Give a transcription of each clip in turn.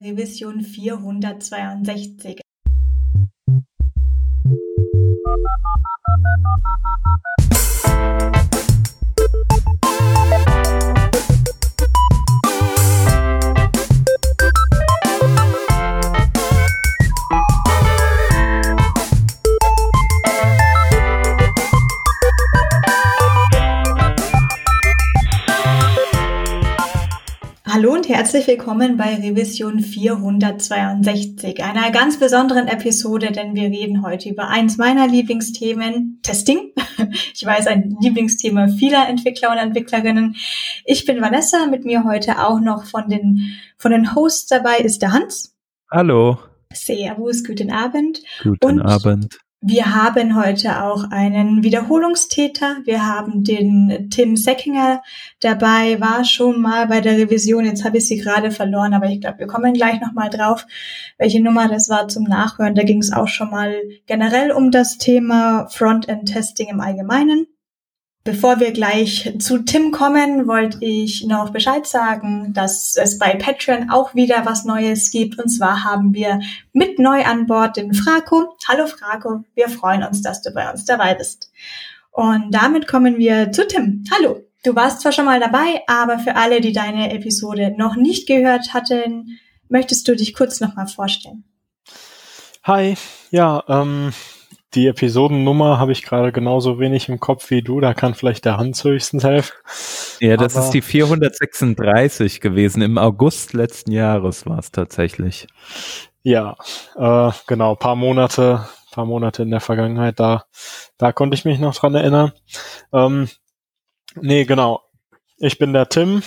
Revision 462. Hallo und herzlich willkommen bei Revision 462, einer ganz besonderen Episode, denn wir reden heute über eins meiner Lieblingsthemen, Testing. Ich weiß, ein Lieblingsthema vieler Entwickler und Entwicklerinnen. Ich bin Vanessa, mit mir heute auch noch von den Hosts dabei ist der Hans. Hallo. Servus, guten Abend. Guten Abend. Wir haben heute auch einen Wiederholungstäter. Wir haben den Tim Seckinger dabei, war schon mal bei der Revision. Jetzt habe ich sie gerade verloren, aber ich glaube, wir kommen gleich nochmal drauf, welche Nummer das war zum Nachhören. Da ging es auch schon mal generell um das Thema Frontend-Testing im Allgemeinen. Bevor wir gleich zu Tim kommen, wollte ich noch Bescheid sagen, dass es bei Patreon auch wieder was Neues gibt. Und zwar haben wir mit neu an Bord den Frako. Hallo Frako, wir freuen uns, dass du bei uns dabei bist. Und damit kommen wir zu Tim. Hallo, du warst zwar schon mal dabei, aber für alle, die deine Episode noch nicht gehört hatten, möchtest du dich kurz nochmal vorstellen? Hi, ja, die Episodennummer habe ich gerade genauso wenig im Kopf wie du, da kann vielleicht der Hans höchstens helfen. Ja, das ist die 436 gewesen, im August letzten Jahres war es tatsächlich. Ja, genau, paar Monate in der Vergangenheit, da konnte ich mich noch dran erinnern. Nee, genau, ich bin der Tim,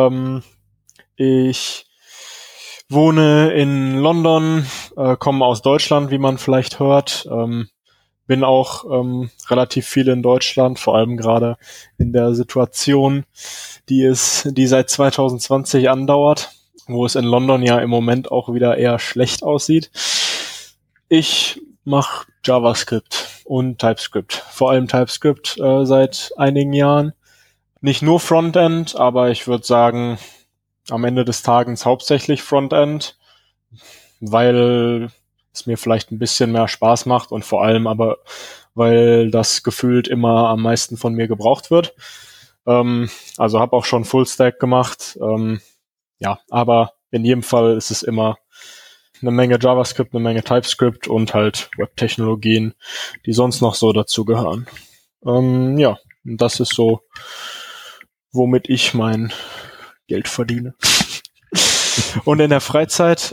ich wohne in London, komme aus Deutschland, wie man vielleicht hört, bin auch relativ viel in Deutschland, vor allem gerade in der Situation, die seit 2020 andauert, wo es in London ja im Moment auch wieder eher schlecht aussieht. Ich mache JavaScript und TypeScript, vor allem TypeScript seit einigen Jahren. Nicht nur Frontend, aber ich würde sagen, am Ende des Tages hauptsächlich Frontend, weil es mir vielleicht ein bisschen mehr Spaß macht und vor allem aber, weil das gefühlt immer am meisten von mir gebraucht wird. Also habe auch schon Fullstack gemacht. Ja, aber in jedem Fall ist es immer eine Menge JavaScript, eine Menge TypeScript und halt Web-Technologien, die sonst noch so dazugehören. Ja, das ist so, womit ich mein Geld verdiene. Und in der Freizeit,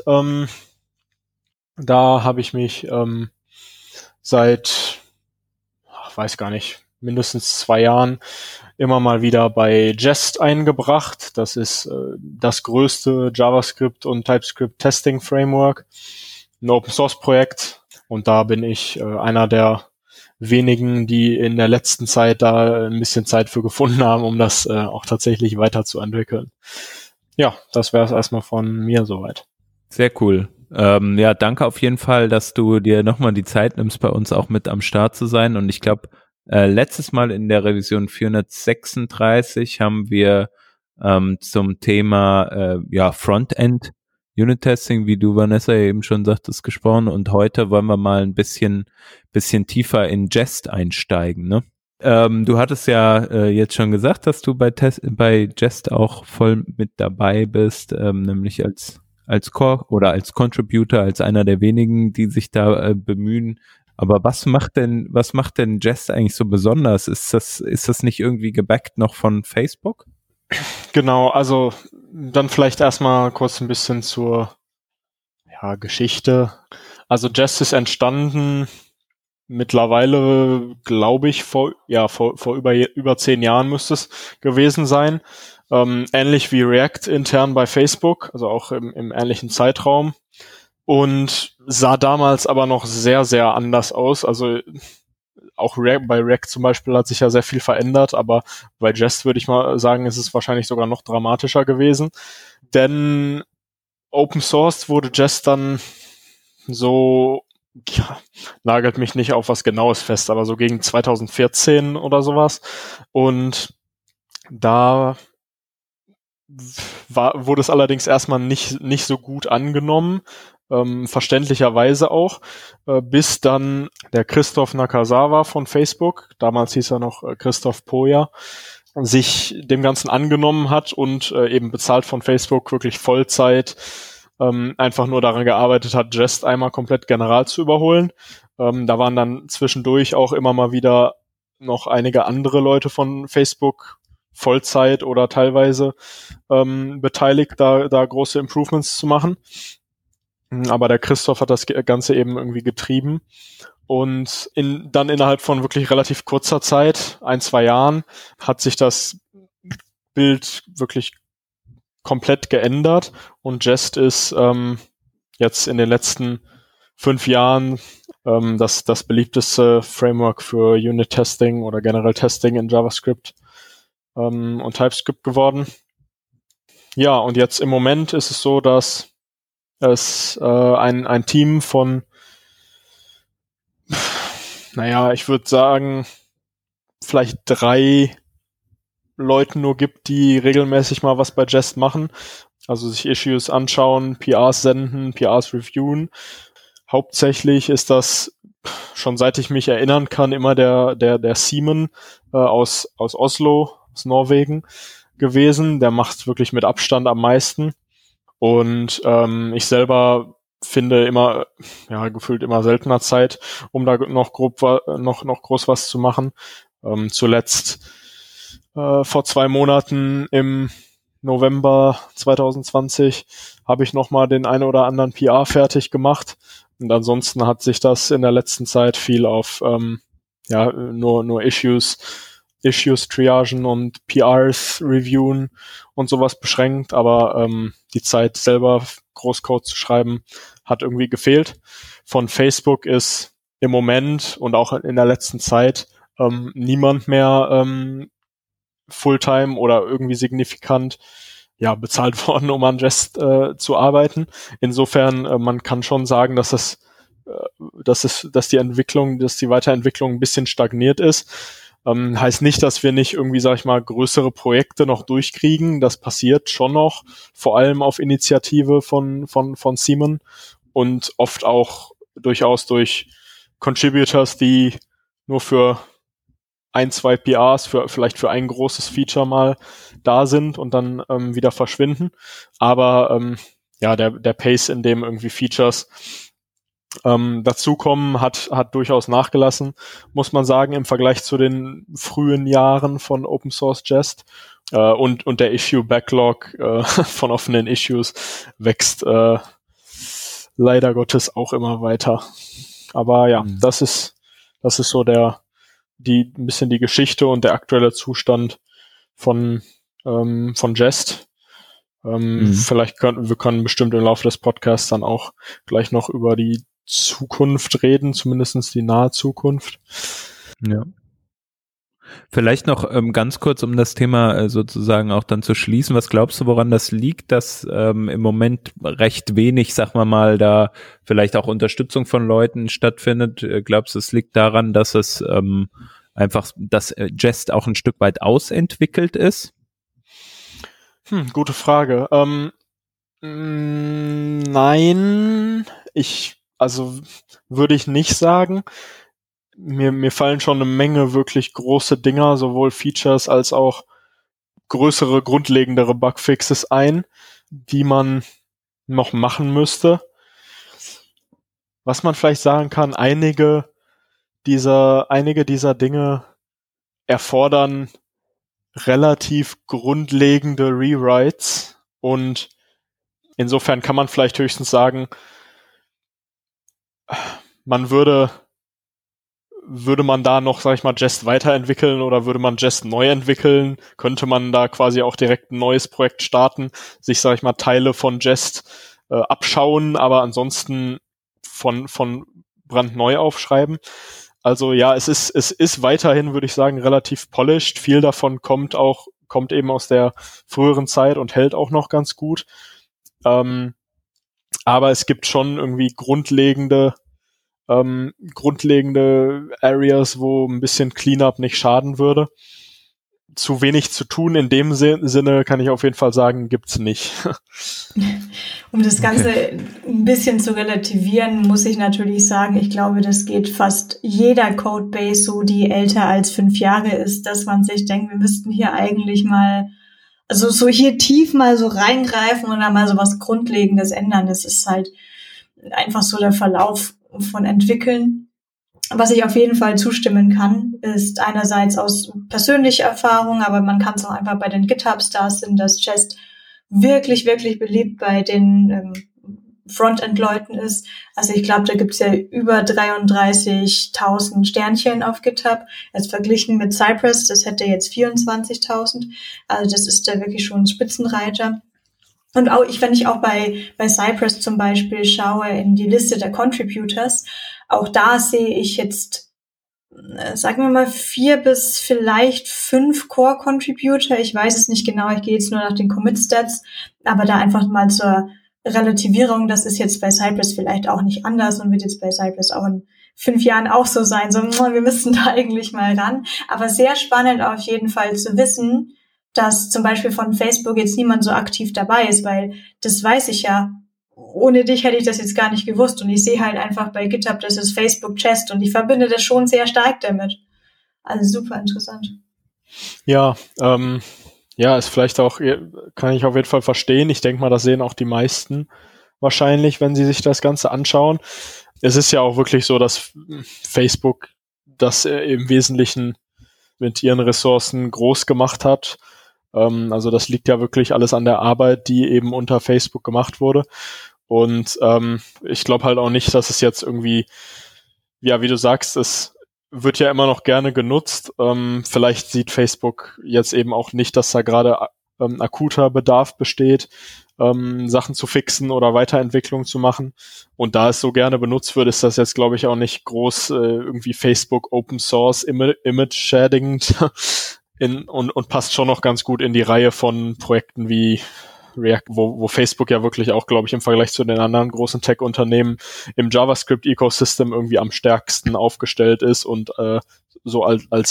da habe ich mich seit, weiß gar nicht, mindestens 2 Jahren immer mal wieder bei Jest eingebracht. Das ist das größte JavaScript und TypeScript Testing Framework, ein Open Source Projekt. Und da bin ich einer der wenigen, die in der letzten Zeit da ein bisschen Zeit für gefunden haben, um das auch tatsächlich weiterzuentwickeln. Ja, das wäre es erstmal von mir soweit. Sehr cool. Ja, danke auf jeden Fall, dass du dir nochmal die Zeit nimmst, bei uns auch mit am Start zu sein. Und ich glaube, letztes Mal in der Revision 436 haben wir zum Thema Frontend Unit Testing, wie du, Vanessa, eben schon sagtest, gesprochen. Und heute wollen wir mal ein bisschen tiefer in Jest einsteigen, ne? Du hattest ja jetzt schon gesagt, dass du bei Jest auch voll mit dabei bist, nämlich als Core oder als Contributor, als einer der wenigen, die sich da bemühen. Aber was macht denn Jest eigentlich so besonders? Ist das nicht irgendwie gebackt noch von Facebook? Genau, also dann vielleicht erstmal kurz ein bisschen zur Geschichte. Also Jest ist entstanden mittlerweile, glaube ich, vor über 10 Jahren müsste es gewesen sein. Ähnlich wie React intern bei Facebook, also auch im ähnlichen Zeitraum. Und sah damals aber noch sehr, sehr anders aus. Also auch bei React zum Beispiel hat sich ja sehr viel verändert, aber bei Jest würde ich mal sagen, ist es wahrscheinlich sogar noch dramatischer gewesen. Denn Open Source wurde Jest dann so, nagelt mich nicht auf was Genaues fest, aber so gegen 2014 oder sowas. Und da wurde es allerdings erstmal nicht so gut angenommen, verständlicherweise auch, bis dann der Christoph Nakazawa von Facebook, damals hieß er noch Christoph Poja, sich dem Ganzen angenommen hat und eben bezahlt von Facebook wirklich Vollzeit einfach nur daran gearbeitet hat, Jest einmal komplett general zu überholen. Da waren dann zwischendurch auch immer mal wieder noch einige andere Leute von Facebook Vollzeit oder teilweise beteiligt, da große Improvements zu machen. Aber der Christoph hat das Ganze eben irgendwie getrieben. Und dann innerhalb von wirklich relativ kurzer Zeit, 1-2 Jahren, hat sich das Bild wirklich komplett geändert. Und Jest ist jetzt in den letzten 5 Jahren das beliebteste Framework für Unit-Testing oder generell Testing in JavaScript und TypeScript geworden. Ja, und jetzt im Moment ist es so, dass es ein Team von, ich würde sagen, vielleicht 3 Leuten nur gibt, die regelmäßig mal was bei Jest machen. Also sich Issues anschauen, PRs senden, PRs reviewen. Hauptsächlich ist das, schon seit ich mich erinnern kann, immer der Simon aus Oslo, aus Norwegen gewesen. Der macht wirklich mit Abstand am meisten. Und ich selber finde immer, gefühlt immer seltener Zeit, um da noch groß was zu machen. Zuletzt vor 2 Monaten im November 2020 habe ich nochmal den einen oder anderen PR fertig gemacht. Und ansonsten hat sich das in der letzten Zeit viel auf nur Issues triagen und PRs reviewen und sowas beschränkt, aber die Zeit selber Großcode zu schreiben hat irgendwie gefehlt. Von Facebook ist im Moment und auch in der letzten Zeit niemand mehr Fulltime oder irgendwie signifikant bezahlt worden, um an Jest zu arbeiten. Insofern man kann schon sagen, dass die Weiterentwicklung ein bisschen stagniert ist. Heißt nicht, dass wir nicht irgendwie, größere Projekte noch durchkriegen. Das passiert schon noch, vor allem auf Initiative von Simon und oft auch durchaus durch Contributors, die nur für 1-2 PRs, vielleicht für ein großes Feature mal da sind und dann wieder verschwinden. Aber der Pace, in dem irgendwie Features dazukommen, hat durchaus nachgelassen, muss man sagen, im Vergleich zu den frühen Jahren von Open Source Jest. Und der Issue Backlog von offenen Issues wächst leider Gottes auch immer weiter. Aber das ist so ein bisschen die Geschichte und der aktuelle Zustand von Jest. Vielleicht wir können bestimmt im Laufe des Podcasts dann auch gleich noch über die Zukunft reden, zumindest die nahe Zukunft. Ja. Vielleicht noch ganz kurz, um das Thema sozusagen auch dann zu schließen. Was glaubst du, woran das liegt, dass im Moment recht wenig, sagen wir mal, da vielleicht auch Unterstützung von Leuten stattfindet? Glaubst du, es liegt daran, dass es einfach, dass Jest auch ein Stück weit ausentwickelt ist? Gute Frage. Nein, würde ich nicht sagen. Mir fallen schon eine Menge wirklich große Dinger, sowohl Features als auch größere, grundlegendere Bugfixes ein, die man noch machen müsste. Was man vielleicht sagen kann, einige dieser Dinge erfordern relativ grundlegende Rewrites und insofern kann man vielleicht höchstens sagen, würde man da noch, Jest weiterentwickeln oder würde man Jest neu entwickeln? Könnte man da quasi auch direkt ein neues Projekt starten, sich, Teile von Jest abschauen, aber ansonsten von brandneu aufschreiben? Also es ist weiterhin, würde ich sagen, relativ polished. Viel davon kommt eben aus der früheren Zeit und hält auch noch ganz gut. Aber es gibt schon irgendwie grundlegende Areas, wo ein bisschen Cleanup nicht schaden würde. zu wenig zu tun in dem Sinne, kann ich auf jeden Fall sagen, gibt's nicht. Um das Ganze ein bisschen zu relativieren, muss ich natürlich sagen, ich glaube, das geht fast jeder Codebase so, die älter als 5 Jahre ist, dass man sich denkt, wir müssten hier eigentlich mal, also so hier tief mal so reingreifen und dann mal so was Grundlegendes ändern. Das ist halt einfach so der Verlauf von Entwickeln. Was ich auf jeden Fall zustimmen kann, ist einerseits aus persönlicher Erfahrung, aber man kann es auch einfach bei den GitHub-Stars sehen, dass Jest wirklich, wirklich beliebt bei den Frontend-Leuten ist. Also ich glaube, da gibt's ja über 33.000 Sternchen auf GitHub. Jetzt verglichen mit Cypress, das hätte jetzt 24.000. Also das ist da wirklich schon ein Spitzenreiter. Und auch wenn ich auch bei Cypress zum Beispiel schaue in die Liste der Contributors, auch da sehe ich jetzt, sagen wir mal, 4 bis vielleicht 5 Core-Contributor. Ich weiß es nicht genau, ich gehe jetzt nur nach den Commit-Stats, aber da einfach mal zur Relativierung, das ist jetzt bei Cypress vielleicht auch nicht anders und wird jetzt bei Cypress auch in 5 Jahren auch so sein. So, wir müssen da eigentlich mal ran. Aber sehr spannend auf jeden Fall zu wissen, dass zum Beispiel von Facebook jetzt niemand so aktiv dabei ist, weil das weiß ich ja. Ohne dich hätte ich das jetzt gar nicht gewusst und ich sehe halt einfach bei GitHub, das ist Facebook Jest und ich verbinde das schon sehr stark damit. Also super interessant. Ja, ist vielleicht auch, kann ich auf jeden Fall verstehen. Ich denke mal, das sehen auch die meisten wahrscheinlich, wenn sie sich das Ganze anschauen. Es ist ja auch wirklich so, dass Facebook das im Wesentlichen mit ihren Ressourcen groß gemacht hat. Also das liegt ja wirklich alles an der Arbeit, die eben unter Facebook gemacht wurde. Und ich glaube halt auch nicht, dass es jetzt irgendwie, ja, wie du sagst, es wird ja immer noch gerne genutzt. Vielleicht sieht Facebook jetzt eben auch nicht, dass da gerade akuter Bedarf besteht, Sachen zu fixen oder Weiterentwicklung zu machen. Und da es so gerne benutzt wird, ist das jetzt, glaube ich, auch nicht groß irgendwie Facebook Open Source Image schädigend und passt schon noch ganz gut in die Reihe von Projekten wie React, wo Facebook ja wirklich auch, glaube ich, im Vergleich zu den anderen großen Tech-Unternehmen im JavaScript-Ecosystem irgendwie am stärksten aufgestellt ist und so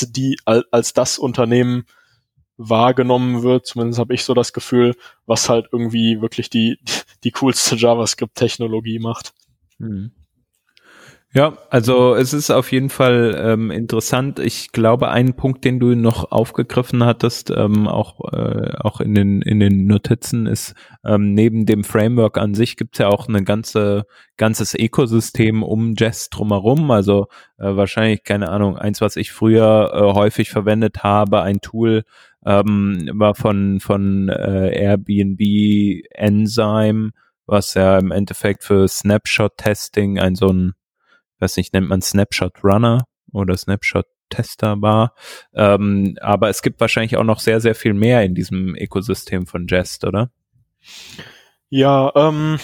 als das Unternehmen wahrgenommen wird, zumindest habe ich so das Gefühl, was halt irgendwie wirklich die coolste JavaScript-Technologie macht. Mhm. Ja, also es ist auf jeden Fall interessant. Ich glaube, ein Punkt, den du noch aufgegriffen hattest, auch in den Notizen, ist neben dem Framework an sich gibt's ja auch eine ganzes Ökosystem um Jest drumherum. Also wahrscheinlich, keine Ahnung, eins, was ich früher häufig verwendet habe, ein Tool war von Airbnb Enzyme, was ja im Endeffekt für Snapshot-Testing weiß nicht, nennt man Snapshot Runner oder Snapshot Tester war. Aber es gibt wahrscheinlich auch noch sehr, sehr viel mehr in diesem Ökosystem von Jest, oder? Ja,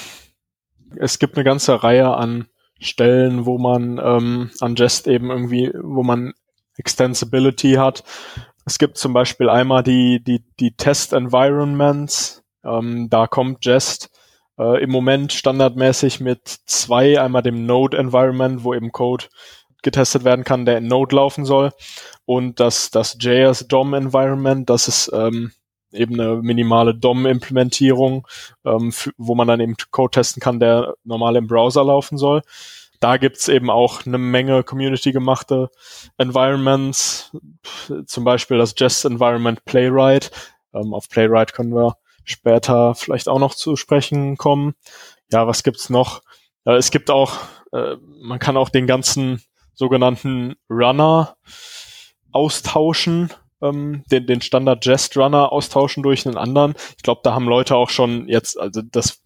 es gibt eine ganze Reihe an Stellen, wo man an Jest eben irgendwie, wo man Extensibility hat. Es gibt zum Beispiel einmal die Test Environments. Da kommt Jest im Moment standardmäßig mit 2, einmal dem Node Environment, wo eben Code getestet werden kann, der in Node laufen soll, und das JS DOM Environment, das ist eben eine minimale DOM-Implementierung, wo man dann eben Code testen kann, der normal im Browser laufen soll. Da gibt's eben auch eine Menge Community-gemachte Environments, zum Beispiel das Jest Environment Playwright. Auf Playwright können wir später vielleicht auch noch zu sprechen kommen. Ja, was gibt's noch? Es gibt auch, man kann auch den ganzen sogenannten Runner austauschen, den Standard Jest Runner austauschen durch einen anderen. Ich glaube, da haben Leute auch schon jetzt, also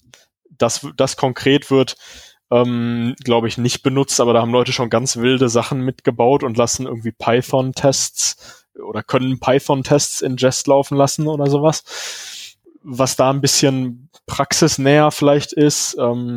das konkret wird, glaube ich, nicht benutzt, aber da haben Leute schon ganz wilde Sachen mitgebaut und lassen irgendwie Python-Tests oder können Python-Tests in Jest laufen lassen oder sowas. Was da ein bisschen praxisnäher vielleicht ist,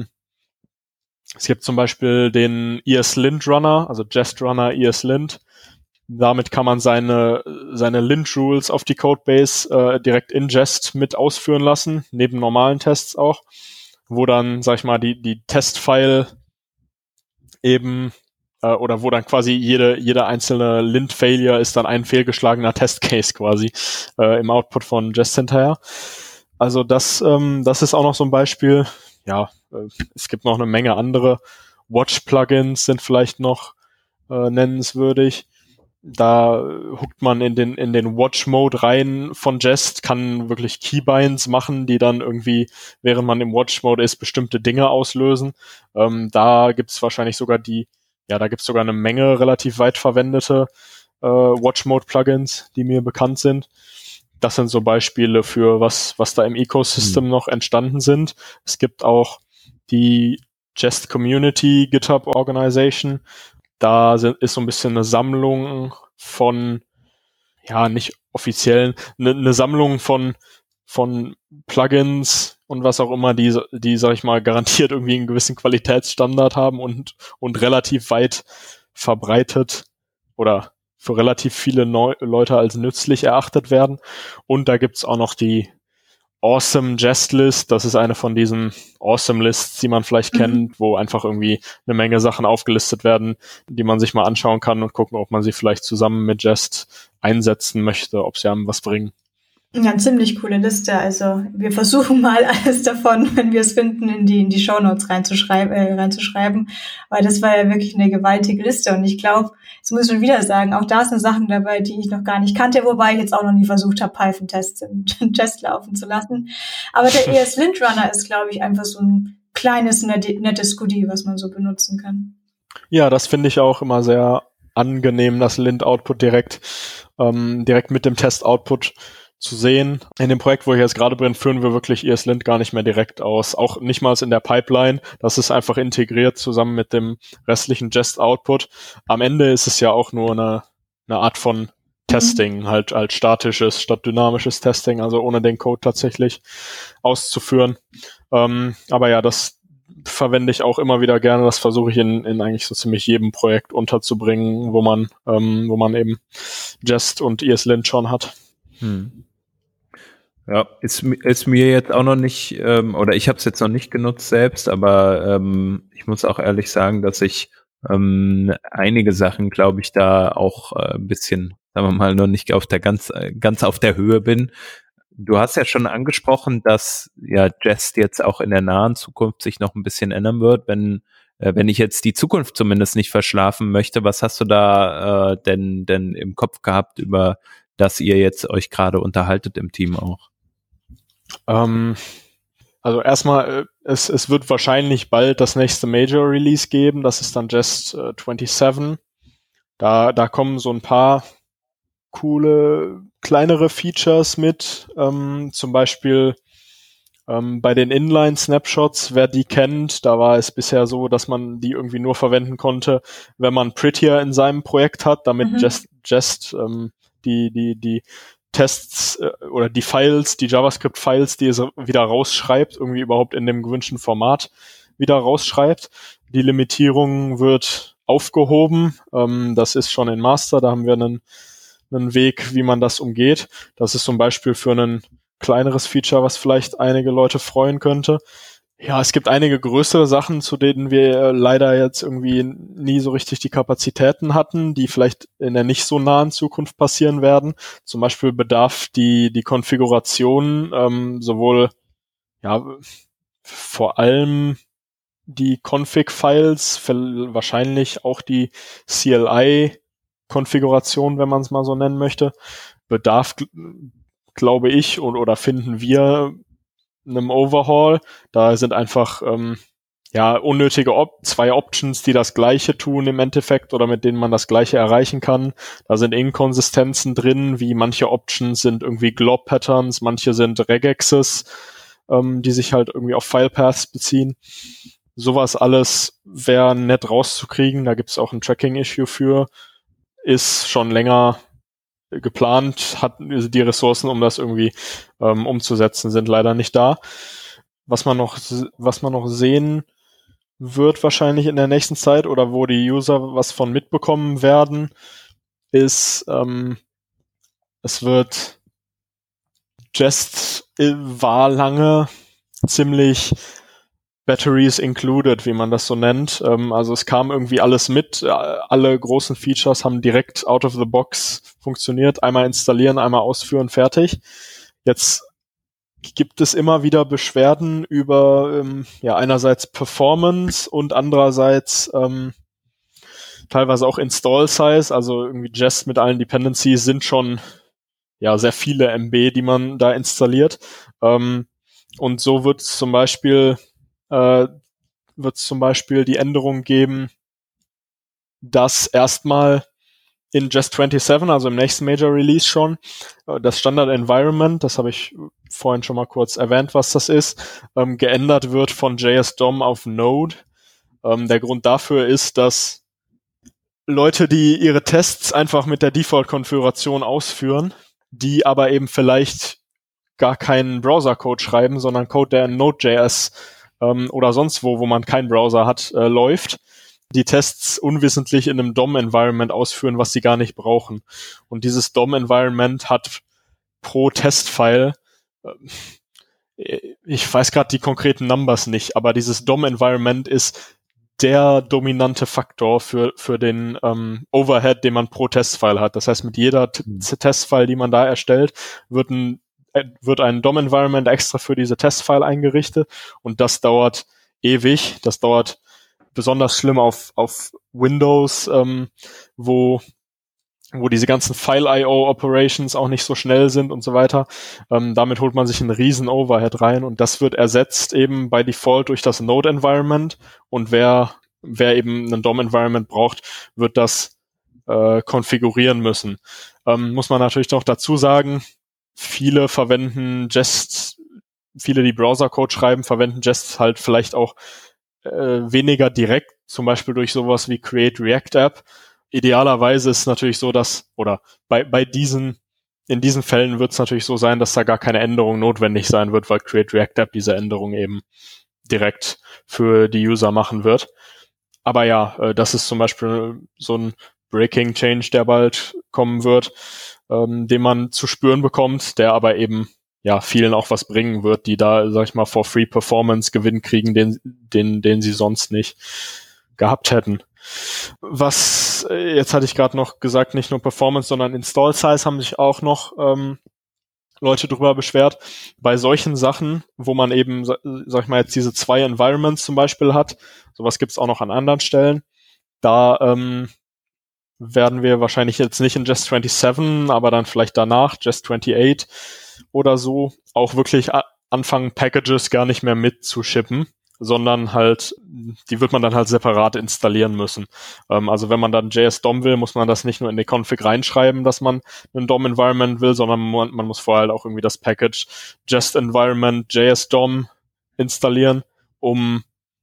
es gibt zum Beispiel den ESLint Runner, also Jest Runner ESLint. Damit kann man seine Lint Rules auf die Codebase direkt in Jest mit ausführen lassen, neben normalen Tests auch, wo dann, sag ich mal, die Testfile eben oder wo dann quasi jede einzelne Lint-Failure ist dann ein fehlgeschlagener Testcase quasi im Output von Jest hinterher. Also das ist auch noch so ein Beispiel. Ja, es gibt noch eine Menge andere. Watch-Plugins sind vielleicht noch nennenswürdig. Da hookt man in den Watch-Mode rein von Jest, kann wirklich Keybinds machen, die dann irgendwie, während man im Watch-Mode ist, bestimmte Dinge auslösen. Da gibt's wahrscheinlich sogar da gibt's sogar eine Menge relativ weit verwendete Watch-Mode-Plugins, die mir bekannt sind. Das sind so Beispiele für was da im Ecosystem noch entstanden sind. Es gibt auch die Jest Community GitHub Organization. Da ist so ein bisschen eine Sammlung von, ja, nicht offiziellen, eine Sammlung von Plugins und was auch immer, die, sag ich mal, garantiert irgendwie einen gewissen Qualitätsstandard haben und relativ weit verbreitet oder für relativ viele Leute als nützlich erachtet werden. Und da gibt's auch noch die Awesome Jest List. Das ist eine von diesen Awesome Lists, die man vielleicht kennt, wo einfach irgendwie eine Menge Sachen aufgelistet werden, die man sich mal anschauen kann und gucken, ob man sie vielleicht zusammen mit Jest einsetzen möchte, ob sie einem was bringen. Ja, ziemlich coole Liste. Also wir versuchen mal alles davon, wenn wir es finden, in die Shownotes reinzuschreiben, weil das war ja wirklich eine gewaltige Liste. Und ich glaube, das muss ich schon wieder sagen, auch da sind Sachen dabei, die ich noch gar nicht kannte, wobei ich jetzt auch noch nie versucht habe, Python-Tests in Jest laufen zu lassen. Aber der ESLint Runner ist, glaube ich, einfach so ein kleines, nettes Goodie, was man so benutzen kann. Ja, das finde ich auch immer sehr angenehm, das Lint-Output direkt mit dem Test-Output zu sehen. In dem Projekt, wo ich jetzt gerade bin, führen wir wirklich ESLint gar nicht mehr direkt aus. Auch nicht mal in der Pipeline. Das ist einfach integriert zusammen mit dem restlichen Jest-Output. Am Ende ist es ja auch nur eine Art von Testing, halt als statisches statt dynamisches Testing, also ohne den Code tatsächlich auszuführen. Aber ja, das verwende ich auch immer wieder gerne. Das versuche ich in eigentlich so ziemlich jedem Projekt unterzubringen, wo man eben Jest und ESLint schon hat. Ja, ist mir jetzt auch noch nicht, oder ich habe es jetzt noch nicht genutzt selbst, aber ich muss auch ehrlich sagen, dass ich einige Sachen, glaube ich, da auch ein bisschen, sagen wir mal, noch nicht auf der ganz auf der Höhe bin. Du hast ja schon angesprochen, dass ja Jest jetzt auch in der nahen Zukunft sich noch ein bisschen ändern wird, wenn ich jetzt die Zukunft zumindest nicht verschlafen möchte. Was hast du da denn im Kopf gehabt, über das ihr jetzt euch gerade unterhaltet im Team auch? Also erstmal, es wird wahrscheinlich bald das nächste Major Release geben. Das ist dann Jest 27. Da kommen so ein paar coole, kleinere Features mit. Zum Beispiel bei den Inline-Snapshots, wer die kennt, da war es bisher so, dass man die irgendwie nur verwenden konnte, wenn man Prettier in seinem Projekt hat, damit Jest die Tests oder die Files, die JavaScript-Files, die es wieder rausschreibt, irgendwie überhaupt in dem gewünschten Format wieder rausschreibt. Die Limitierung wird aufgehoben. Das ist schon in Master. Da haben wir einen Weg, wie man das umgeht. Das ist zum Beispiel für ein kleineres Feature, was vielleicht einige Leute freuen könnte. Ja, es gibt einige größere Sachen, zu denen wir leider jetzt irgendwie nie so richtig die Kapazitäten hatten, die vielleicht in der nicht so nahen Zukunft passieren werden. Zum Beispiel bedarf die Konfiguration sowohl, ja, vor allem die Config-Files, wahrscheinlich auch die CLI-Konfiguration, wenn man es mal so nennen möchte, bedarf, glaube ich, oder finden wir einem Overhaul. Da sind einfach unnötige zwei Options, die das Gleiche tun im Endeffekt oder mit denen man das Gleiche erreichen kann. Da sind Inkonsistenzen drin, wie manche Options sind irgendwie Glob-Patterns, manche sind Regexes, die sich halt irgendwie auf File-Paths beziehen. Sowas alles wäre nett rauszukriegen. Da gibt's auch ein Tracking-Issue für. Ist schon länger geplant, hat die Ressourcen, um das irgendwie umzusetzen, sind leider nicht da. Was man noch sehen wird wahrscheinlich in der nächsten Zeit oder wo die User was von mitbekommen werden, ist Jest war lange ziemlich Batteries included, wie man das so nennt. Also es kam irgendwie alles mit. Alle großen Features haben direkt out of the box funktioniert. Einmal installieren, einmal ausführen, fertig. Jetzt gibt es immer wieder Beschwerden über einerseits Performance und andererseits teilweise auch Install Size. Also irgendwie Jest mit allen Dependencies sind schon sehr viele MB, die man da installiert. Und so wird es zum Beispiel die Änderung geben, dass erstmal in Jest 27, also im nächsten Major Release schon, das Standard Environment, das habe ich vorhin schon mal kurz erwähnt, was das ist, geändert wird von JS DOM auf Node. Der Grund dafür ist, dass Leute, die ihre Tests einfach mit der Default-Konfiguration ausführen, die aber eben vielleicht gar keinen Browser-Code schreiben, sondern Code, der in Node.js oder sonst wo man keinen Browser hat, läuft, die Tests unwissentlich in einem DOM-Environment ausführen, was sie gar nicht brauchen. Und dieses DOM-Environment hat pro Testfile, ich weiß gerade die konkreten Numbers nicht, aber dieses DOM-Environment ist der dominante Faktor für den Overhead, den man pro Testfile hat. Das heißt, mit jeder Testfile, die man da erstellt, wird ein DOM-Environment extra für diese Testfile eingerichtet und das dauert ewig. Das dauert besonders schlimm auf Windows, wo diese ganzen File-IO-Operations auch nicht so schnell sind und so weiter. Damit holt man sich einen riesen Overhead rein und das wird ersetzt eben by Default durch das Node-Environment und wer eben einen DOM-Environment braucht, wird das konfigurieren müssen. Muss man natürlich noch dazu sagen, viele verwenden Jest, die Browser-Code schreiben, verwenden Jest halt vielleicht auch weniger direkt, zum Beispiel durch sowas wie Create React App. Idealerweise ist es natürlich so, dass, oder in diesen Fällen wird es natürlich so sein, dass da gar keine Änderung notwendig sein wird, weil Create React App diese Änderung eben direkt für die User machen wird. Aber ja, das ist zum Beispiel so ein Breaking Change, der bald kommen wird, den man zu spüren bekommt, der aber eben vielen auch was bringen wird, die da, sag ich mal, for free Performance Gewinn kriegen, den sie sonst nicht gehabt hätten. Was, jetzt hatte ich gerade noch gesagt, nicht nur Performance, sondern Install Size haben sich auch noch Leute drüber beschwert. Bei solchen Sachen, wo man eben, sag ich mal, jetzt diese 2 Environments zum Beispiel hat, sowas gibt's auch noch an anderen Stellen, da werden wir wahrscheinlich jetzt nicht in Jest 27, aber dann vielleicht danach, Jest 28 oder so, auch wirklich anfangen, Packages gar nicht mehr mitzushippen, sondern halt, die wird man dann halt separat installieren müssen. Also wenn man dann JS DOM will, muss man das nicht nur in die Config reinschreiben, dass man ein DOM-Environment will, sondern man muss vorher halt auch irgendwie das Package Jest Environment JS DOM installieren, und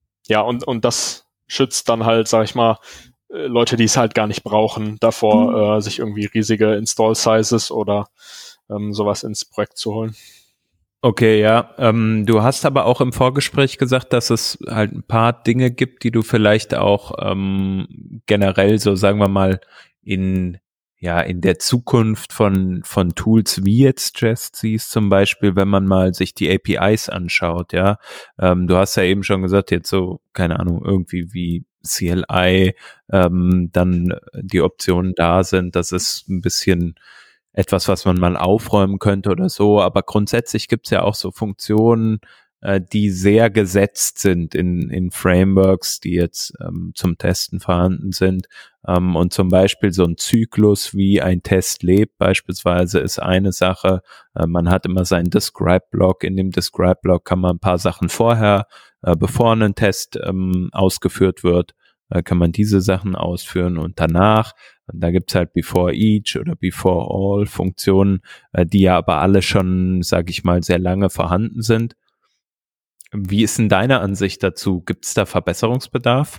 das schützt dann halt, sag ich mal, Leute, die es halt gar nicht brauchen, davor sich irgendwie riesige Install-Sizes oder sowas ins Projekt zu holen. Okay, ja. Du hast aber auch im Vorgespräch gesagt, dass es halt ein paar Dinge gibt, die du vielleicht auch generell so, sagen wir mal, in der Zukunft von Tools wie jetzt Jest siehst, zum Beispiel, wenn man mal sich die APIs anschaut, ja. Du hast ja eben schon gesagt, jetzt so, keine Ahnung, irgendwie wie CLI, dann die Optionen da sind, das ist ein bisschen etwas, was man mal aufräumen könnte oder so, aber grundsätzlich gibt's ja auch so Funktionen, die sehr gesetzt sind in Frameworks, die jetzt zum Testen vorhanden sind, und zum Beispiel so ein Zyklus, wie ein Test lebt beispielsweise, ist eine Sache. Man hat immer seinen Describe-Block, in dem Describe-Block kann man ein paar Sachen vorher, bevor ein Test ausgeführt wird, kann man diese Sachen ausführen und danach, da gibt's halt Before Each oder Before All Funktionen, die ja aber alle schon, sage ich mal, sehr lange vorhanden sind. Wie ist denn deine Ansicht dazu? Gibt's da Verbesserungsbedarf?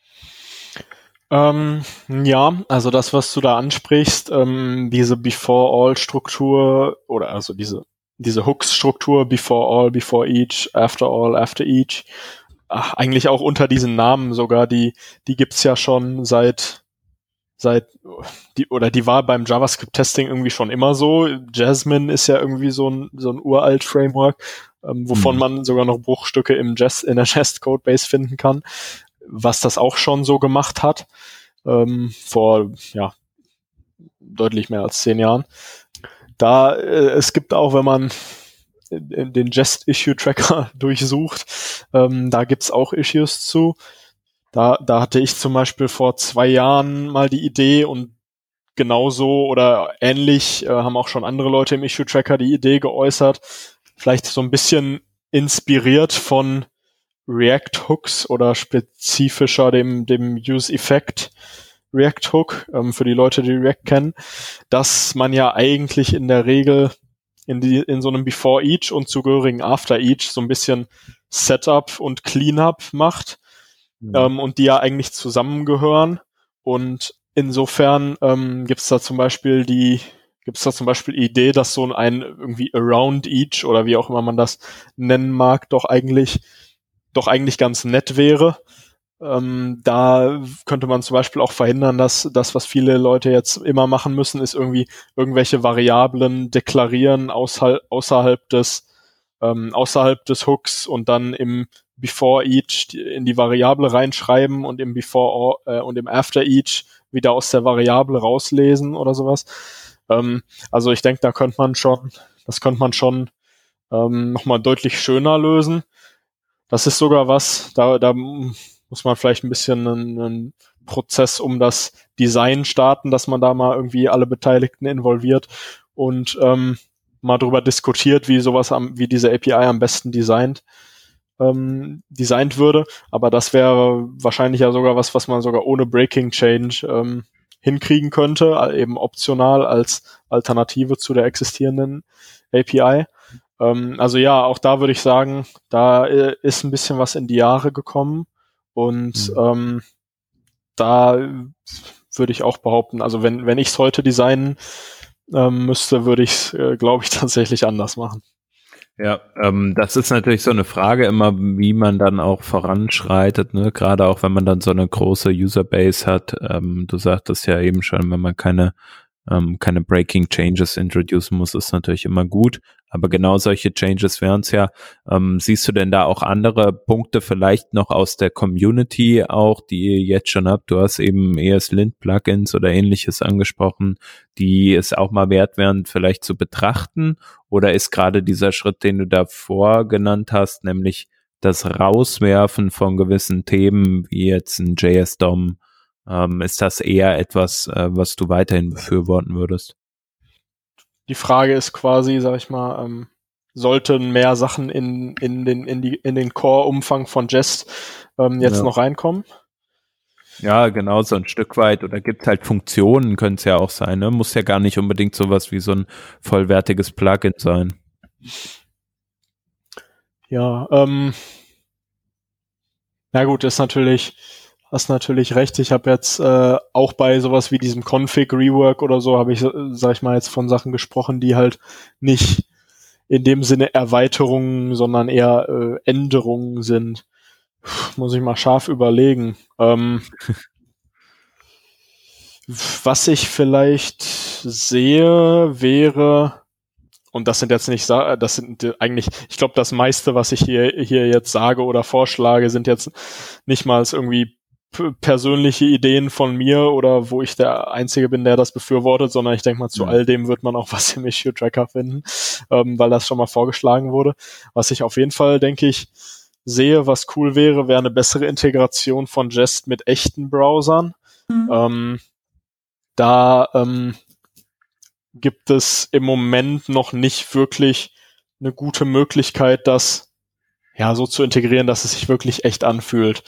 Ja, also das, was du da ansprichst, diese Before All Struktur oder also diese Hooks Struktur, Before All, Before Each, After All, After Each, eigentlich auch unter diesen Namen sogar, die gibt's ja schon seit die war beim JavaScript-Testing irgendwie schon immer so. Jasmine ist ja irgendwie so ein uralt Framework, wovon man sogar noch Bruchstücke in der Jest-Codebase finden kann, was das auch schon so gemacht hat, vor, deutlich mehr als 10 Jahren. Es gibt auch, wenn man den Jest-Issue-Tracker durchsucht, da gibt's auch Issues zu. Da hatte ich zum Beispiel vor 2 Jahren mal die Idee und genauso oder ähnlich haben auch schon andere Leute im Issue-Tracker die Idee geäußert, vielleicht so ein bisschen inspiriert von React-Hooks oder spezifischer dem Use-Effect React-Hook, für die Leute, die React kennen, dass man ja eigentlich in der Regel in so einem Before Each und zugehörigen After Each so ein bisschen Setup und Cleanup macht, und die ja eigentlich zusammengehören. Und insofern gibt's da zum Beispiel die Idee, dass so ein irgendwie Around Each oder wie auch immer man das nennen mag, doch eigentlich ganz nett wäre. Da könnte man zum Beispiel auch verhindern, dass das, was viele Leute jetzt immer machen müssen, ist irgendwie irgendwelche Variablen deklarieren außerhalb des Hooks und dann im Before Each in die Variable reinschreiben und im Before und im After Each wieder aus der Variable rauslesen oder sowas. Also ich denke, das könnte man schon nochmal deutlich schöner lösen. Das ist sogar was, da muss man vielleicht ein bisschen einen Prozess um das Design starten, dass man da mal irgendwie alle Beteiligten involviert und mal drüber diskutiert, wie diese API am besten designt würde. Aber das wäre wahrscheinlich ja sogar was man sogar ohne Breaking Change hinkriegen könnte, eben optional als Alternative zu der existierenden API. Also ja, auch da würde ich sagen, da ist ein bisschen was in die Jahre gekommen. Und da würde ich auch behaupten, also wenn ich es heute designen müsste, würde ich es, glaube ich, tatsächlich anders machen. Ja, das ist natürlich so eine Frage immer, wie man dann auch voranschreitet, ne? Gerade auch, wenn man dann so eine große Userbase hat. Du sagtest ja eben schon, wenn man keine Breaking Changes introducen muss, ist natürlich immer gut. Aber genau solche Changes wären es ja. Siehst du denn da auch andere Punkte vielleicht noch aus der Community auch, die ihr jetzt schon habt? Du hast eben ESLint-Plugins oder ähnliches angesprochen, die es auch mal wert wären, vielleicht zu betrachten? Oder ist gerade dieser Schritt, den du davor genannt hast, nämlich das Rauswerfen von gewissen Themen, wie jetzt ein JS-DOM, ist das eher etwas, was du weiterhin befürworten würdest? Die Frage ist quasi, sag ich mal, sollten mehr Sachen in den Core-Umfang von Jest jetzt noch reinkommen? Ja, genau, so ein Stück weit. Oder gibt halt Funktionen, können es ja auch sein, ne? Muss ja gar nicht unbedingt sowas wie so ein vollwertiges Plugin sein. Ja, na gut, hast natürlich recht. Ich habe jetzt auch bei sowas wie diesem Config-Rework oder so, habe ich, sag ich mal, jetzt von Sachen gesprochen, die halt nicht in dem Sinne Erweiterungen, sondern eher Änderungen sind. Muss ich mal scharf überlegen. Was ich vielleicht sehe, wäre, und das sind jetzt nicht, das sind eigentlich, ich glaube, das meiste, was ich hier jetzt sage oder vorschlage, sind jetzt nicht mal irgendwie persönliche Ideen von mir oder wo ich der Einzige bin, der das befürwortet, sondern ich denke mal, zu all dem wird man auch was im Issue-Tracker finden, weil das schon mal vorgeschlagen wurde. Was ich auf jeden Fall, denke ich, sehe, was cool wäre eine bessere Integration von Jest mit echten Browsern. Da gibt es im Moment noch nicht wirklich eine gute Möglichkeit, das ja so zu integrieren, dass es sich wirklich echt anfühlt.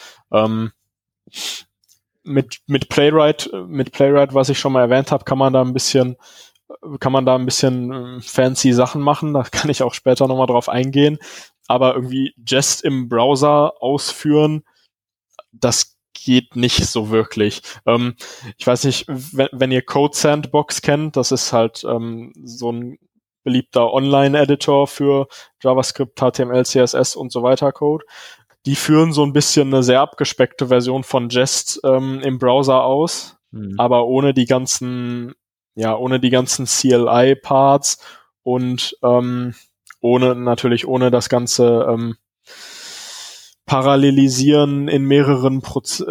Mit Playwright, was ich schon mal erwähnt habe, kann man da ein bisschen fancy Sachen machen. Da kann ich auch später nochmal drauf eingehen. Aber irgendwie Jest im Browser ausführen, das geht nicht so wirklich. Ich weiß nicht, wenn ihr Code Sandbox kennt, das ist halt so ein beliebter Online-Editor für JavaScript, HTML, CSS und so weiter Code. Die führen so ein bisschen eine sehr abgespeckte Version von Jest im Browser aus. aber ohne die ganzen CLI-Parts und ohne das ganze Parallelisieren in mehreren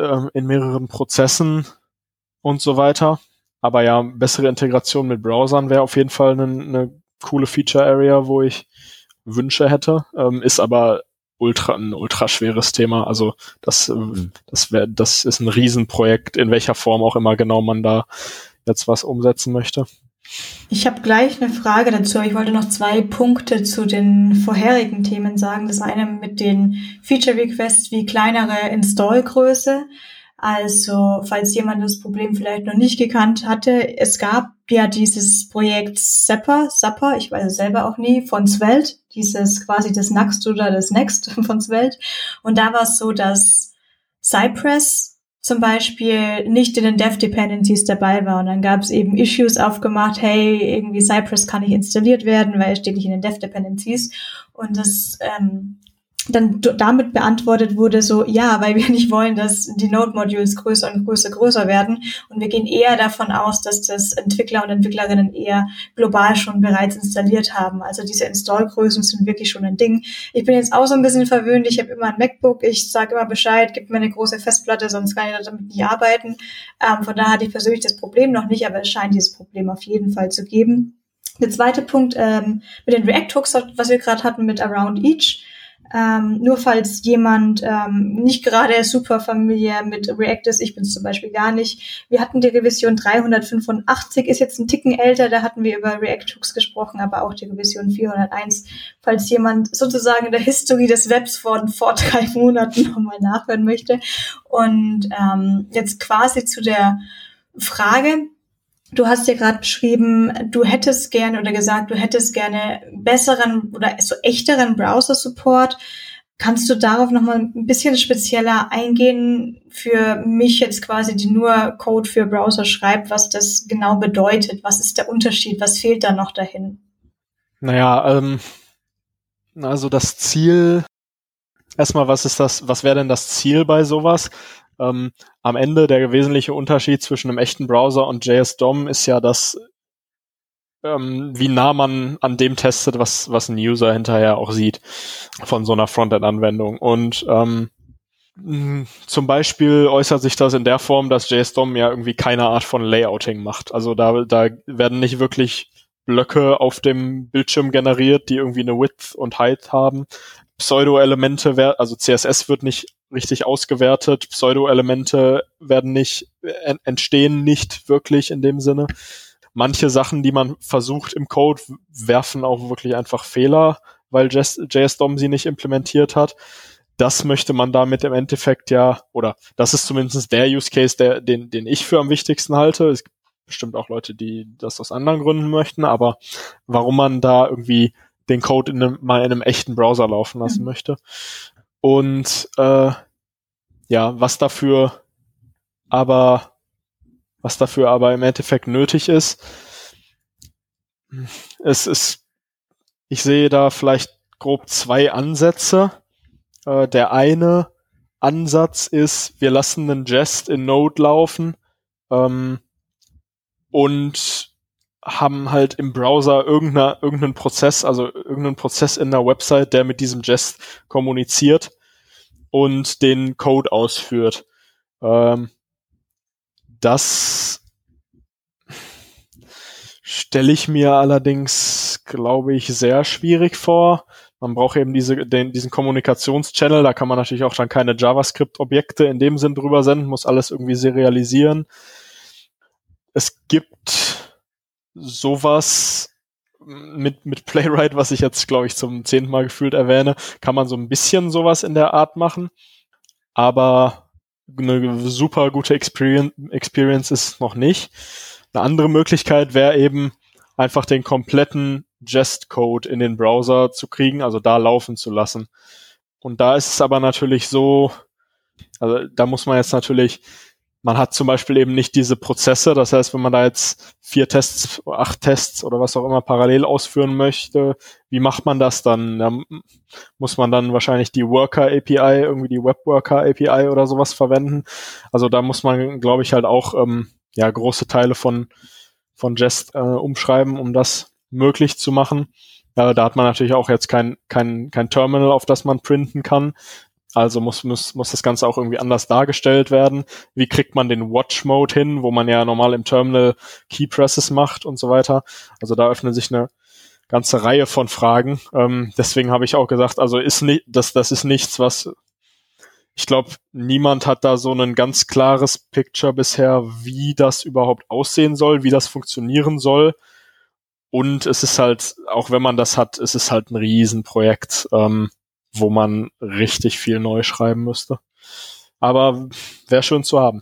Prozessen und so weiter. Aber ja, bessere Integration mit Browsern wäre auf jeden Fall eine coole Feature-Area, wo ich Wünsche hätte. Ist aber ein ultra schweres Thema. Also das ist ein Riesenprojekt, in welcher Form auch immer genau man da jetzt was umsetzen möchte. Ich habe gleich eine Frage dazu. Ich wollte noch 2 Punkte zu den vorherigen Themen sagen. Das eine mit den Feature Requests wie kleinere Installgröße. Also, falls jemand das Problem vielleicht noch nicht gekannt hatte, es gab ja dieses Projekt Zapper, ich weiß es selber auch nie, von Svelte, dieses quasi das Next oder das Next von Svelte. Und da war es so, dass Cypress zum Beispiel nicht in den Dev-Dependencies dabei war. Und dann gab es eben Issues aufgemacht, hey, irgendwie Cypress kann nicht installiert werden, weil es steht nicht in den Dev-Dependencies. Und das dann damit beantwortet wurde so, ja, weil wir nicht wollen, dass die Node-Modules größer und größer werden. Und wir gehen eher davon aus, dass das Entwickler und Entwicklerinnen eher global schon bereits installiert haben. Also diese Installgrößen sind wirklich schon ein Ding. Ich bin jetzt auch so ein bisschen verwöhnt. Ich habe immer ein MacBook. Ich sage immer Bescheid, gib mir eine große Festplatte, sonst kann ich damit nicht arbeiten. Von daher hatte ich persönlich das Problem noch nicht, aber es scheint dieses Problem auf jeden Fall zu geben. Der zweite Punkt mit den React-Hooks, was wir gerade hatten mit Around Each. Nur falls jemand nicht gerade super familiär mit React ist, ich bin es zum Beispiel gar nicht. Wir hatten die Revision 385, ist jetzt ein Ticken älter, da hatten wir über React-Hooks gesprochen, aber auch die Revision 401, falls jemand sozusagen in der History des Webs vor 3 Monaten nochmal nachhören möchte. Und jetzt quasi zu der Frage, du hast ja gerade beschrieben, du hättest gerne besseren oder so echteren Browser-Support. Kannst du darauf nochmal ein bisschen spezieller eingehen für mich jetzt quasi, die nur Code für Browser schreibt, was das genau bedeutet? Was ist der Unterschied? Was fehlt da noch dahin? Naja, also das Ziel, erstmal, was wäre denn das Ziel bei sowas? Am Ende der wesentliche Unterschied zwischen einem echten Browser und JS-DOM ist ja, dass wie nah man an dem testet, was ein User hinterher auch sieht von so einer Frontend-Anwendung. Und zum Beispiel äußert sich das in der Form, dass JS-DOM ja irgendwie keine Art von Layouting macht. Also da werden nicht wirklich Blöcke auf dem Bildschirm generiert, die irgendwie eine Width und Height haben. Pseudo-Elemente, also CSS wird nicht richtig ausgewertet, Pseudo-Elemente entstehen nicht wirklich in dem Sinne. Manche Sachen, die man versucht im Code, werfen auch wirklich einfach Fehler, weil JS-DOM sie nicht implementiert hat. Das möchte man damit im Endeffekt oder das ist zumindest der Use Case, den ich für am wichtigsten halte. Es gibt bestimmt auch Leute, die das aus anderen Gründen möchten, aber warum man da irgendwie den Code mal in einem echten Browser laufen lassen möchte. Und was dafür aber im Endeffekt nötig ist, ich sehe da vielleicht grob 2 Ansätze. Der eine Ansatz ist, wir lassen einen Jest in Node laufen und haben halt im Browser irgendeinen Prozess in der Website, der mit diesem Jest kommuniziert und den Code ausführt. Das stelle ich mir allerdings, glaube ich, sehr schwierig vor. Man braucht eben diesen Kommunikationschannel, da kann man natürlich auch dann keine JavaScript-Objekte in dem Sinn drüber senden, muss alles irgendwie serialisieren. Es gibt sowas mit Playwright, was ich jetzt, glaube ich, zum 10. Mal gefühlt erwähne, kann man so ein bisschen sowas in der Art machen, aber eine super gute Experience ist noch nicht. Eine andere Möglichkeit wäre eben einfach den kompletten Jest-Code in den Browser zu kriegen, also da laufen zu lassen. Und da ist es aber natürlich so, also da muss man jetzt natürlich, man hat zum Beispiel eben nicht diese Prozesse, das heißt, wenn man da jetzt 4 Tests, 8 Tests oder was auch immer parallel ausführen möchte, wie macht man das dann? Da muss man dann wahrscheinlich die Worker-API, irgendwie die Web-Worker-API oder sowas verwenden. Also da muss man, glaube ich, halt auch große Teile von Jest umschreiben, um das möglich zu machen. Da hat man natürlich auch jetzt kein Terminal, auf das man printen kann. Also muss das Ganze auch irgendwie anders dargestellt werden. Wie kriegt man den Watch-Mode hin, wo man ja normal im Terminal Keypresses macht und so weiter. Also da öffnen sich eine ganze Reihe von Fragen. Deswegen habe ich auch gesagt, also das ist nichts, was ich glaube, niemand hat da so ein ganz klares Picture bisher, wie das überhaupt aussehen soll, wie das funktionieren soll. Und es ist halt, auch wenn man das hat, es ist halt ein Riesenprojekt, wo man richtig viel neu schreiben müsste. Aber wäre schön zu haben.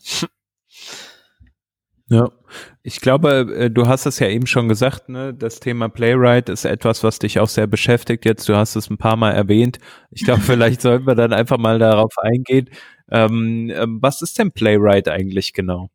Ja, ich glaube, du hast es ja eben schon gesagt, ne? Das Thema Playwright ist etwas, was dich auch sehr beschäftigt jetzt. Du hast es ein paar Mal erwähnt. Ich glaube, vielleicht sollten wir dann einfach mal darauf eingehen. Was ist denn Playwright eigentlich genau?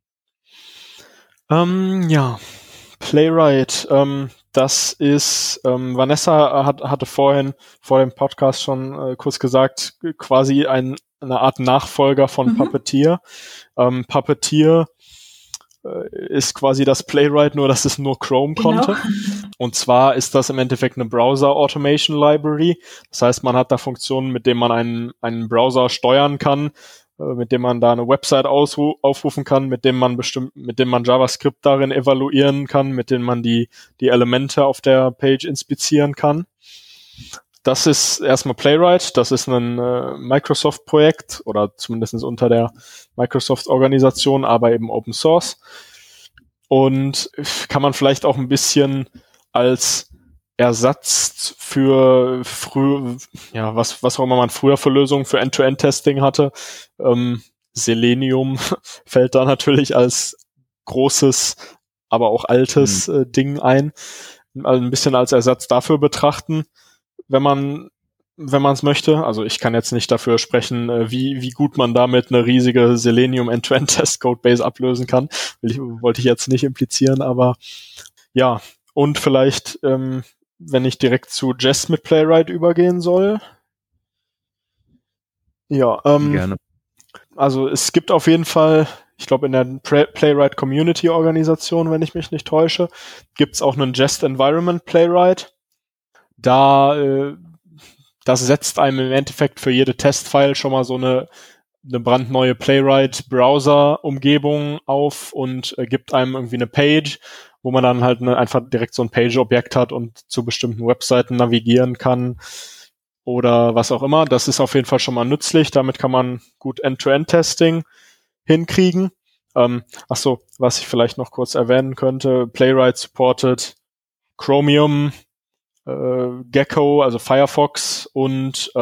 Playwright, das ist, Vanessa hatte vorhin vor dem Podcast schon kurz gesagt, quasi eine Art Nachfolger von Puppeteer. Puppeteer ist quasi das Playwright, nur dass es nur Chrome konnte. Und zwar ist das im Endeffekt eine Browser Automation Library. Das heißt, man hat da Funktionen, mit denen man einen Browser steuern kann, mit dem man da eine Website aufrufen kann, mit dem man JavaScript darin evaluieren kann, mit dem man die Elemente auf der Page inspizieren kann. Das ist erstmal Playwright, das ist ein Microsoft-Projekt oder zumindest unter der Microsoft-Organisation, aber eben Open Source. Und kann man vielleicht auch ein bisschen als Ersatz für was auch immer man früher für Lösungen für End-to-End-Testing hatte. Selenium fällt da natürlich als großes, aber auch altes Ding ein. Also ein bisschen als Ersatz dafür betrachten, wenn man es möchte. Also ich kann jetzt nicht dafür sprechen, wie gut man damit eine riesige Selenium End-to-End-Test-Codebase ablösen kann. Wollte ich jetzt nicht implizieren, aber ja. Und vielleicht, wenn ich direkt zu Jest mit Playwright übergehen soll. Ja, Gerne. Also es gibt auf jeden Fall, ich glaube in der Playwright Community Organisation, wenn ich mich nicht täusche, gibt es auch einen Jest Environment Playwright. Das setzt einem im Endeffekt für jede Testfile schon mal so eine brandneue Playwright-Browser-Umgebung auf und gibt einem irgendwie eine Page, wo man dann halt einfach direkt so ein Page-Objekt hat und zu bestimmten Webseiten navigieren kann oder was auch immer. Das ist auf jeden Fall schon mal nützlich. Damit kann man gut End-to-End-Testing hinkriegen. Was ich vielleicht noch kurz erwähnen könnte, Playwright supported Chromium, Gecko, also Firefox und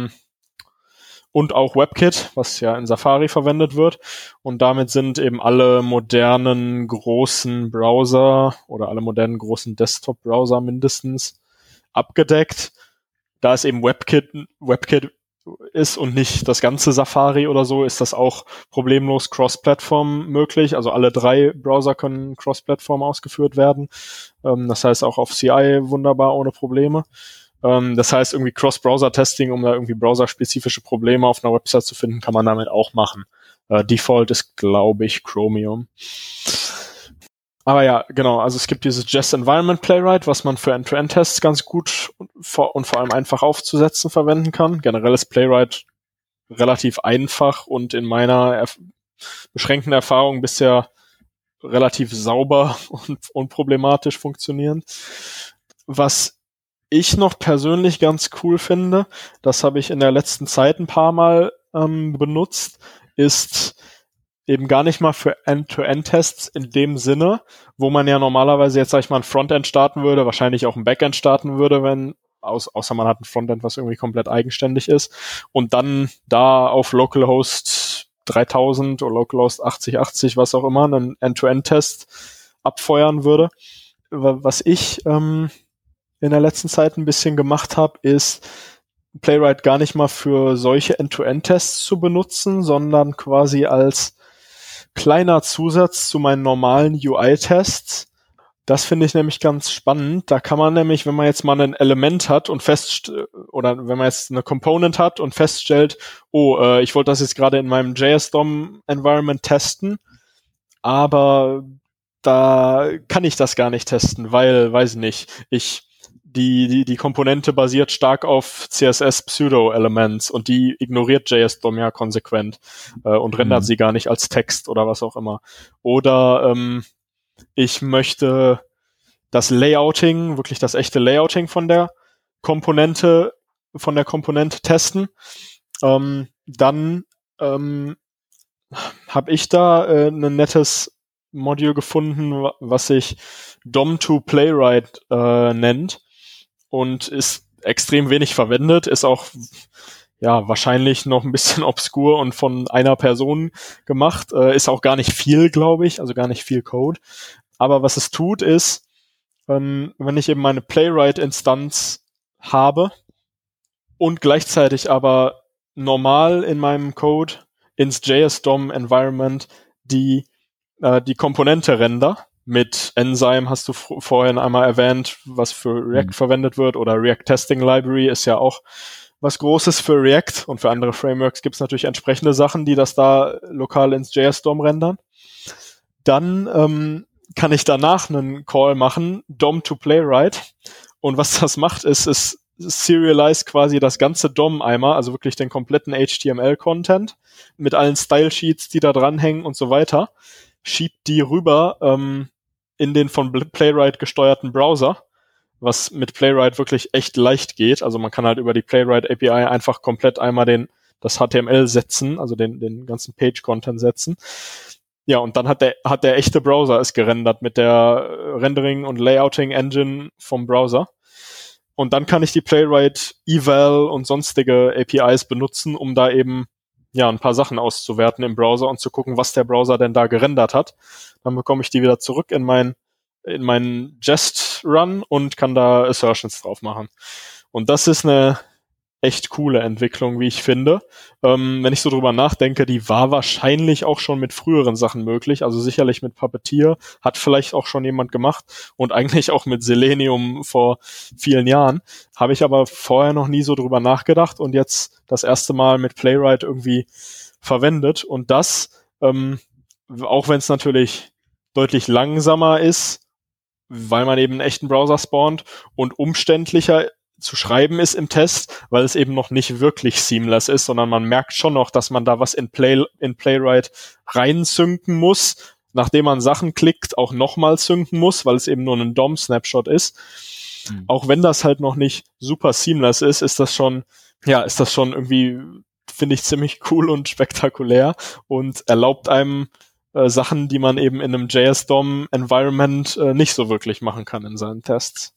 auch WebKit, was ja in Safari verwendet wird. Und damit sind eben alle modernen großen Browser oder alle modernen großen Desktop-Browser mindestens abgedeckt. Da es eben WebKit ist und nicht das ganze Safari oder so, ist das auch problemlos Cross-Plattform möglich. Also alle 3 Browser können Cross-Plattform ausgeführt werden. Das heißt auch auf CI wunderbar ohne Probleme. Das heißt irgendwie Cross-Browser-Testing, um da irgendwie browserspezifische Probleme auf einer Website zu finden, kann man damit auch machen. Default ist, glaube ich, Chromium. Aber ja, genau, also es gibt dieses Jest Environment Playwright, was man für End-to-End-Tests ganz gut und vor allem einfach aufzusetzen verwenden kann. Generell ist Playwright relativ einfach und in meiner beschränkten Erfahrung bisher relativ sauber und unproblematisch funktionierend. Was ich noch persönlich ganz cool finde, das habe ich in der letzten Zeit ein paar Mal benutzt, ist eben gar nicht mal für End-to-End-Tests in dem Sinne, wo man ja normalerweise jetzt, sag ich mal, ein Frontend starten würde, wahrscheinlich auch ein Backend starten würde, außer man hat ein Frontend, was irgendwie komplett eigenständig ist und dann da auf Localhost 3000 oder Localhost 8080, was auch immer, einen End-to-End-Test abfeuern würde. Was ich in der letzten Zeit ein bisschen gemacht habe, ist Playwright gar nicht mal für solche End-to-End-Tests zu benutzen, sondern quasi als kleiner Zusatz zu meinen normalen UI-Tests. Das finde ich nämlich ganz spannend. Da kann man nämlich, wenn man jetzt mal ein Element hat und oder wenn man jetzt eine Component hat und feststellt, ich wollte das jetzt gerade in meinem JS-DOM-Environment testen, aber da kann ich das gar nicht testen, weil, weiß ich nicht, die Komponente basiert stark auf CSS-Pseudo-Elements und die ignoriert JS-DOM ja konsequent und rendert sie gar nicht als Text oder was auch immer. Oder ich möchte das Layouting, wirklich das echte Layouting von der Komponente testen. Dann habe ich da ein nettes Module gefunden, was sich DOM2Playwright nennt und ist extrem wenig verwendet, ist auch ja wahrscheinlich noch ein bisschen obskur und von einer Person gemacht, ist auch gar nicht viel, glaube ich, also gar nicht viel Code. Aber was es tut ist, wenn ich eben meine Playwright-Instanz habe und gleichzeitig aber normal in meinem Code ins JS-DOM-Environment die Komponente render. Mit Enzyme hast du vorhin einmal erwähnt, was für React verwendet wird, oder React Testing Library ist ja auch was Großes für React, und für andere Frameworks gibt es natürlich entsprechende Sachen, die das da lokal ins JS-DOM rendern. Dann kann ich danach einen Call machen, DOM2Playwright, und was das macht, ist, es serialize quasi das ganze DOM einmal, also wirklich den kompletten HTML-Content mit allen Style-Sheets, die da dranhängen und so weiter, schiebt die rüber in den von Playwright gesteuerten Browser, was mit Playwright wirklich echt leicht geht. Also man kann halt über die Playwright API einfach komplett einmal das HTML setzen, also den ganzen Page-Content setzen. Ja, und dann hat der echte Browser es gerendert mit der Rendering- und Layouting-Engine vom Browser. Und dann kann ich die Playwright Eval und sonstige APIs benutzen, um da eben ja ein paar Sachen auszuwerten im Browser und zu gucken, was der Browser denn da gerendert hat. Dann bekomme ich die wieder zurück in meinen Jest-Run und kann da Assertions drauf machen. Und das ist eine echt coole Entwicklung, wie ich finde. Wenn ich so drüber nachdenke, die war wahrscheinlich auch schon mit früheren Sachen möglich, also sicherlich mit Puppeteer, hat vielleicht auch schon jemand gemacht und eigentlich auch mit Selenium vor vielen Jahren, habe ich aber vorher noch nie so drüber nachgedacht und jetzt das erste Mal mit Playwright irgendwie verwendet, und das, auch wenn es natürlich deutlich langsamer ist, weil man eben einen echten Browser spawnt und umständlicher zu schreiben ist im Test, weil es eben noch nicht wirklich seamless ist, sondern man merkt schon noch, dass man da was in Playwright reinsynken muss, nachdem man Sachen klickt, auch nochmal synken muss, weil es eben nur ein DOM-Snapshot ist. Auch wenn das halt noch nicht super seamless ist das schon irgendwie, finde ich, ziemlich cool und spektakulär und erlaubt einem Sachen, die man eben in einem JS-DOM-Environment nicht so wirklich machen kann in seinen Tests.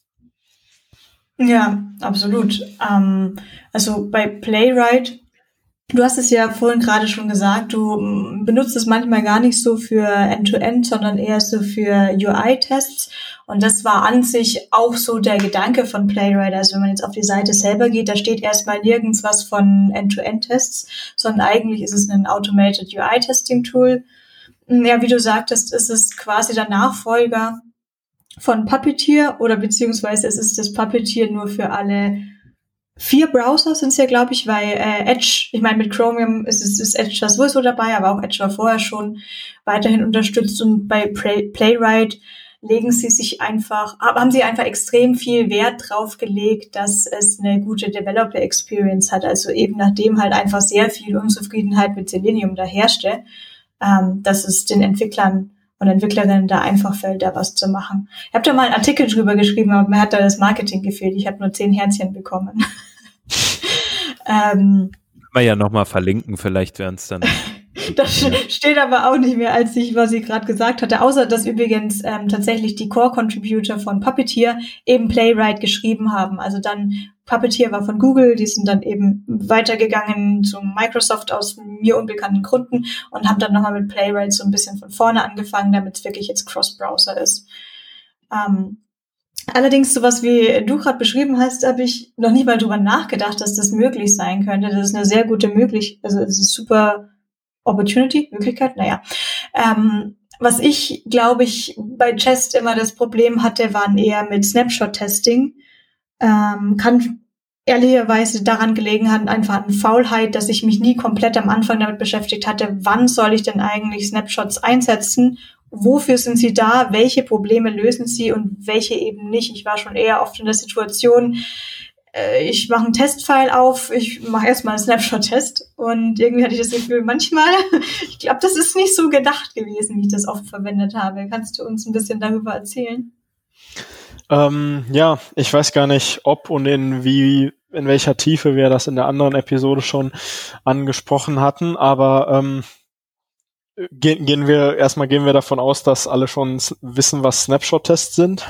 Ja, absolut. Also bei Playwright, du hast es ja vorhin gerade schon gesagt, du benutzt es manchmal gar nicht so für End-to-End, sondern eher so für UI-Tests. Und das war an sich auch so der Gedanke von Playwright. Also wenn man jetzt auf die Seite selber geht, da steht erstmal nirgends was von End-to-End-Tests, sondern eigentlich ist es ein Automated UI-Testing-Tool. Ja, wie du sagtest, ist es quasi der Nachfolger von Puppeteer, oder beziehungsweise es ist das Puppeteer nur für alle 4 Browser sind es ja, glaube ich, weil Edge, ich meine mit Chromium ist Edge das sowieso dabei, aber auch Edge war vorher schon weiterhin unterstützt, und bei Playwright haben sie einfach extrem viel Wert drauf gelegt, dass es eine gute Developer Experience hat, also eben nachdem halt einfach sehr viel Unzufriedenheit mit Selenium da herrschte, dass es den Entwicklern und Entwicklerinnen da einfach fällt, da was zu machen. Ich habe da mal einen Artikel drüber geschrieben, aber mir hat da das Marketing gefehlt. Ich habe nur 10 Herzchen bekommen. Können wir ja nochmal verlinken, vielleicht wären es dann... Das steht aber auch nicht mehr, was ich gerade gesagt hatte, außer dass übrigens tatsächlich die Core-Contributor von Puppeteer eben Playwright geschrieben haben. Also dann, Puppeteer war von Google, die sind dann eben weitergegangen zu Microsoft aus mir unbekannten Gründen und haben dann nochmal mit Playwright so ein bisschen von vorne angefangen, damit es wirklich jetzt Cross-Browser ist. Allerdings, sowas wie du gerade beschrieben hast, habe ich noch nicht mal drüber nachgedacht, dass das möglich sein könnte. Das ist eine sehr gute Möglichkeit, also es ist super Möglichkeit, naja. Was ich, glaube ich, bei Jest immer das Problem hatte, waren eher mit Snapshot-Testing. Kann ehrlicherweise daran gelegen hat, einfach an Faulheit, dass ich mich nie komplett am Anfang damit beschäftigt hatte, wann soll ich denn eigentlich Snapshots einsetzen, wofür sind sie da, welche Probleme lösen sie und welche eben nicht. Ich war schon eher oft in der Situation, ich mache einen Testfile auf, ich mache erstmal einen Snapshot-Test und irgendwie hatte ich das Gefühl, manchmal, ich glaube, das ist nicht so gedacht gewesen, wie ich das oft verwendet habe. Kannst du uns ein bisschen darüber erzählen? Ja, ich weiß gar nicht, ob und in welcher Tiefe wir das in der anderen Episode schon angesprochen hatten, aber gehen wir davon aus, dass alle schon wissen, was Snapshot-Tests sind?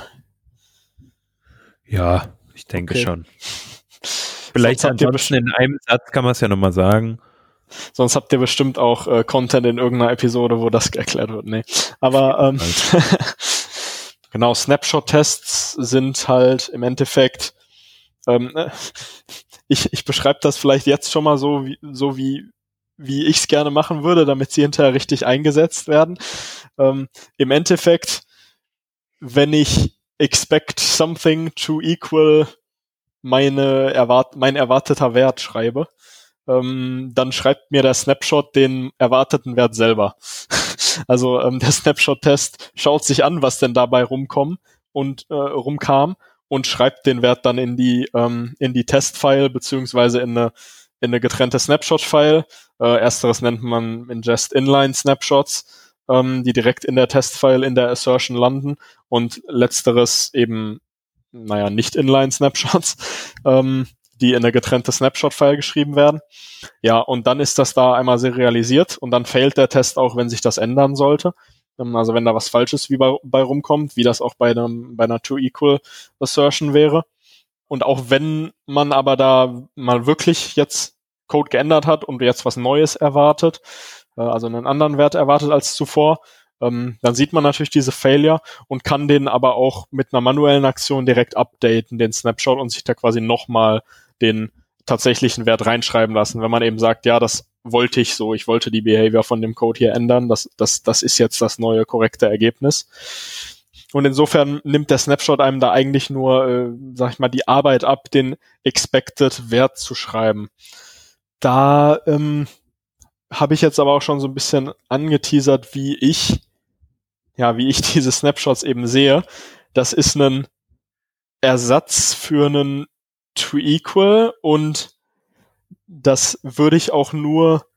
Ja, ich denke schon. Vielleicht ansonsten in einem Satz kann man es ja nochmal sagen. Sonst habt ihr bestimmt auch Content in irgendeiner Episode, wo das erklärt wird. Nee. Aber genau, Snapshot-Tests sind halt im Endeffekt, ich beschreibe das vielleicht jetzt schon mal so wie ich es gerne machen würde, damit sie hinterher richtig eingesetzt werden. Im Endeffekt, wenn ich expect something to equal mein erwarteter Wert schreibe, dann schreibt mir der Snapshot den erwarteten Wert selber. Also der Snapshot-Test schaut sich an, was denn dabei rumkam und schreibt den Wert dann in die Test-File beziehungsweise in eine getrennte Snapshot-File. Ersteres nennt man Ingest-Inline-Snapshots, die direkt in der Test-File in der Assertion landen, und letzteres eben, nicht Inline-Snapshots, die in eine getrennte Snapshot-File geschrieben werden. Ja, und dann ist das da einmal serialisiert und dann failt der Test auch, wenn sich das ändern sollte. Also wenn da was Falsches bei rumkommt, wie das auch bei einer To-Equal-Assertion wäre. Und auch wenn man aber da mal wirklich jetzt Code geändert hat und jetzt was Neues erwartet, also einen anderen Wert erwartet als zuvor, dann sieht man natürlich diese Failure und kann den aber auch mit einer manuellen Aktion direkt updaten, den Snapshot, und sich da quasi nochmal den tatsächlichen Wert reinschreiben lassen. Wenn man eben sagt, ja, das wollte ich so, ich wollte die Behavior von dem Code hier ändern, das ist jetzt das neue korrekte Ergebnis. Und insofern nimmt der Snapshot einem da eigentlich nur, die Arbeit ab, den expected Wert zu schreiben. Da habe ich jetzt aber auch schon so ein bisschen angeteasert, wie ich diese Snapshots eben sehe. Das ist ein Ersatz für einen To-Equal, und das würde ich auch nur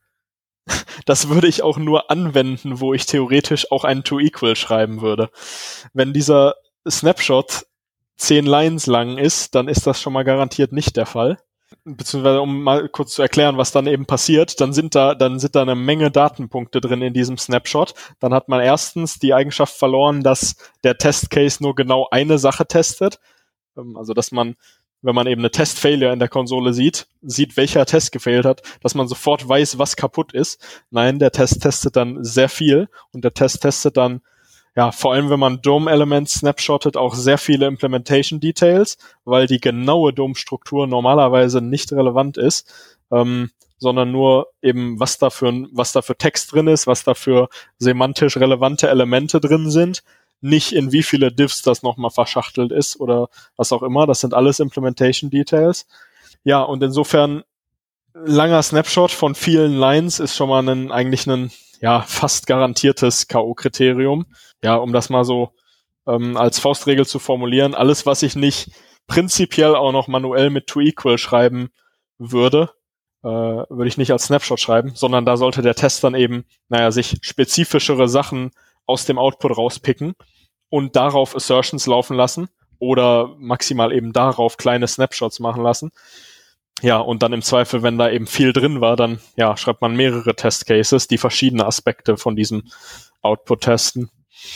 anwenden, wo ich theoretisch auch einen To-Equal schreiben würde. Wenn dieser Snapshot 10 Lines lang ist, dann ist das schon mal garantiert nicht der Fall. Beziehungsweise, um mal kurz zu erklären, was dann eben passiert, dann sind da eine Menge Datenpunkte drin in diesem Snapshot. Dann hat man erstens die Eigenschaft verloren, dass der Testcase nur genau eine Sache testet. Also, dass man, wenn man eben eine Test-Failure in der Konsole sieht, welcher Test gefailt hat, dass man sofort weiß, was kaputt ist. Nein, der Test testet dann sehr viel, und der Test testet dann, vor allem wenn man DOM-Elements snapshottet, auch sehr viele Implementation-Details, weil die genaue DOM-Struktur normalerweise nicht relevant ist, sondern nur eben, was da für Text drin ist, was da für semantisch relevante Elemente drin sind, nicht in wie viele Diffs das nochmal verschachtelt ist oder was auch immer. Das sind alles Implementation-Details. Ja, und insofern langer Snapshot von vielen Lines ist schon mal eigentlich ein fast garantiertes K.O.-Kriterium. Ja, um das mal so als Faustregel zu formulieren, alles, was ich nicht prinzipiell auch noch manuell mit To-Equal schreiben würde ich nicht als Snapshot schreiben, sondern da sollte der Test dann eben, sich spezifischere Sachen aus dem Output rauspicken und darauf Assertions laufen lassen oder maximal eben darauf kleine Snapshots machen lassen. Ja, und dann im Zweifel, wenn da eben viel drin war, dann schreibt man mehrere Testcases, die verschiedene Aspekte von diesem Output testen.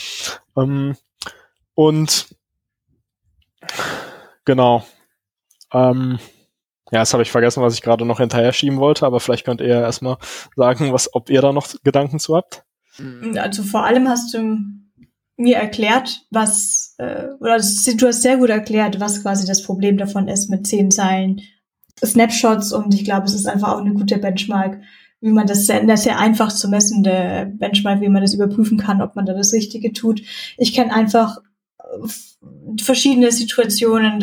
Und genau. Jetzt habe ich vergessen, was ich gerade noch hinterher schieben wollte, aber vielleicht könnt ihr ja erstmal sagen, ob ihr da noch Gedanken zu habt. Also vor allem hast du mir erklärt, du hast sehr gut erklärt, was quasi das Problem davon ist mit 10 Zeilen Snapshots, und ich glaube, es ist einfach auch eine gute Benchmark, wie man das sehr einfach zu messende Benchmark, wie man das überprüfen kann, ob man da das Richtige tut. Ich kenne einfach verschiedene Situationen, dass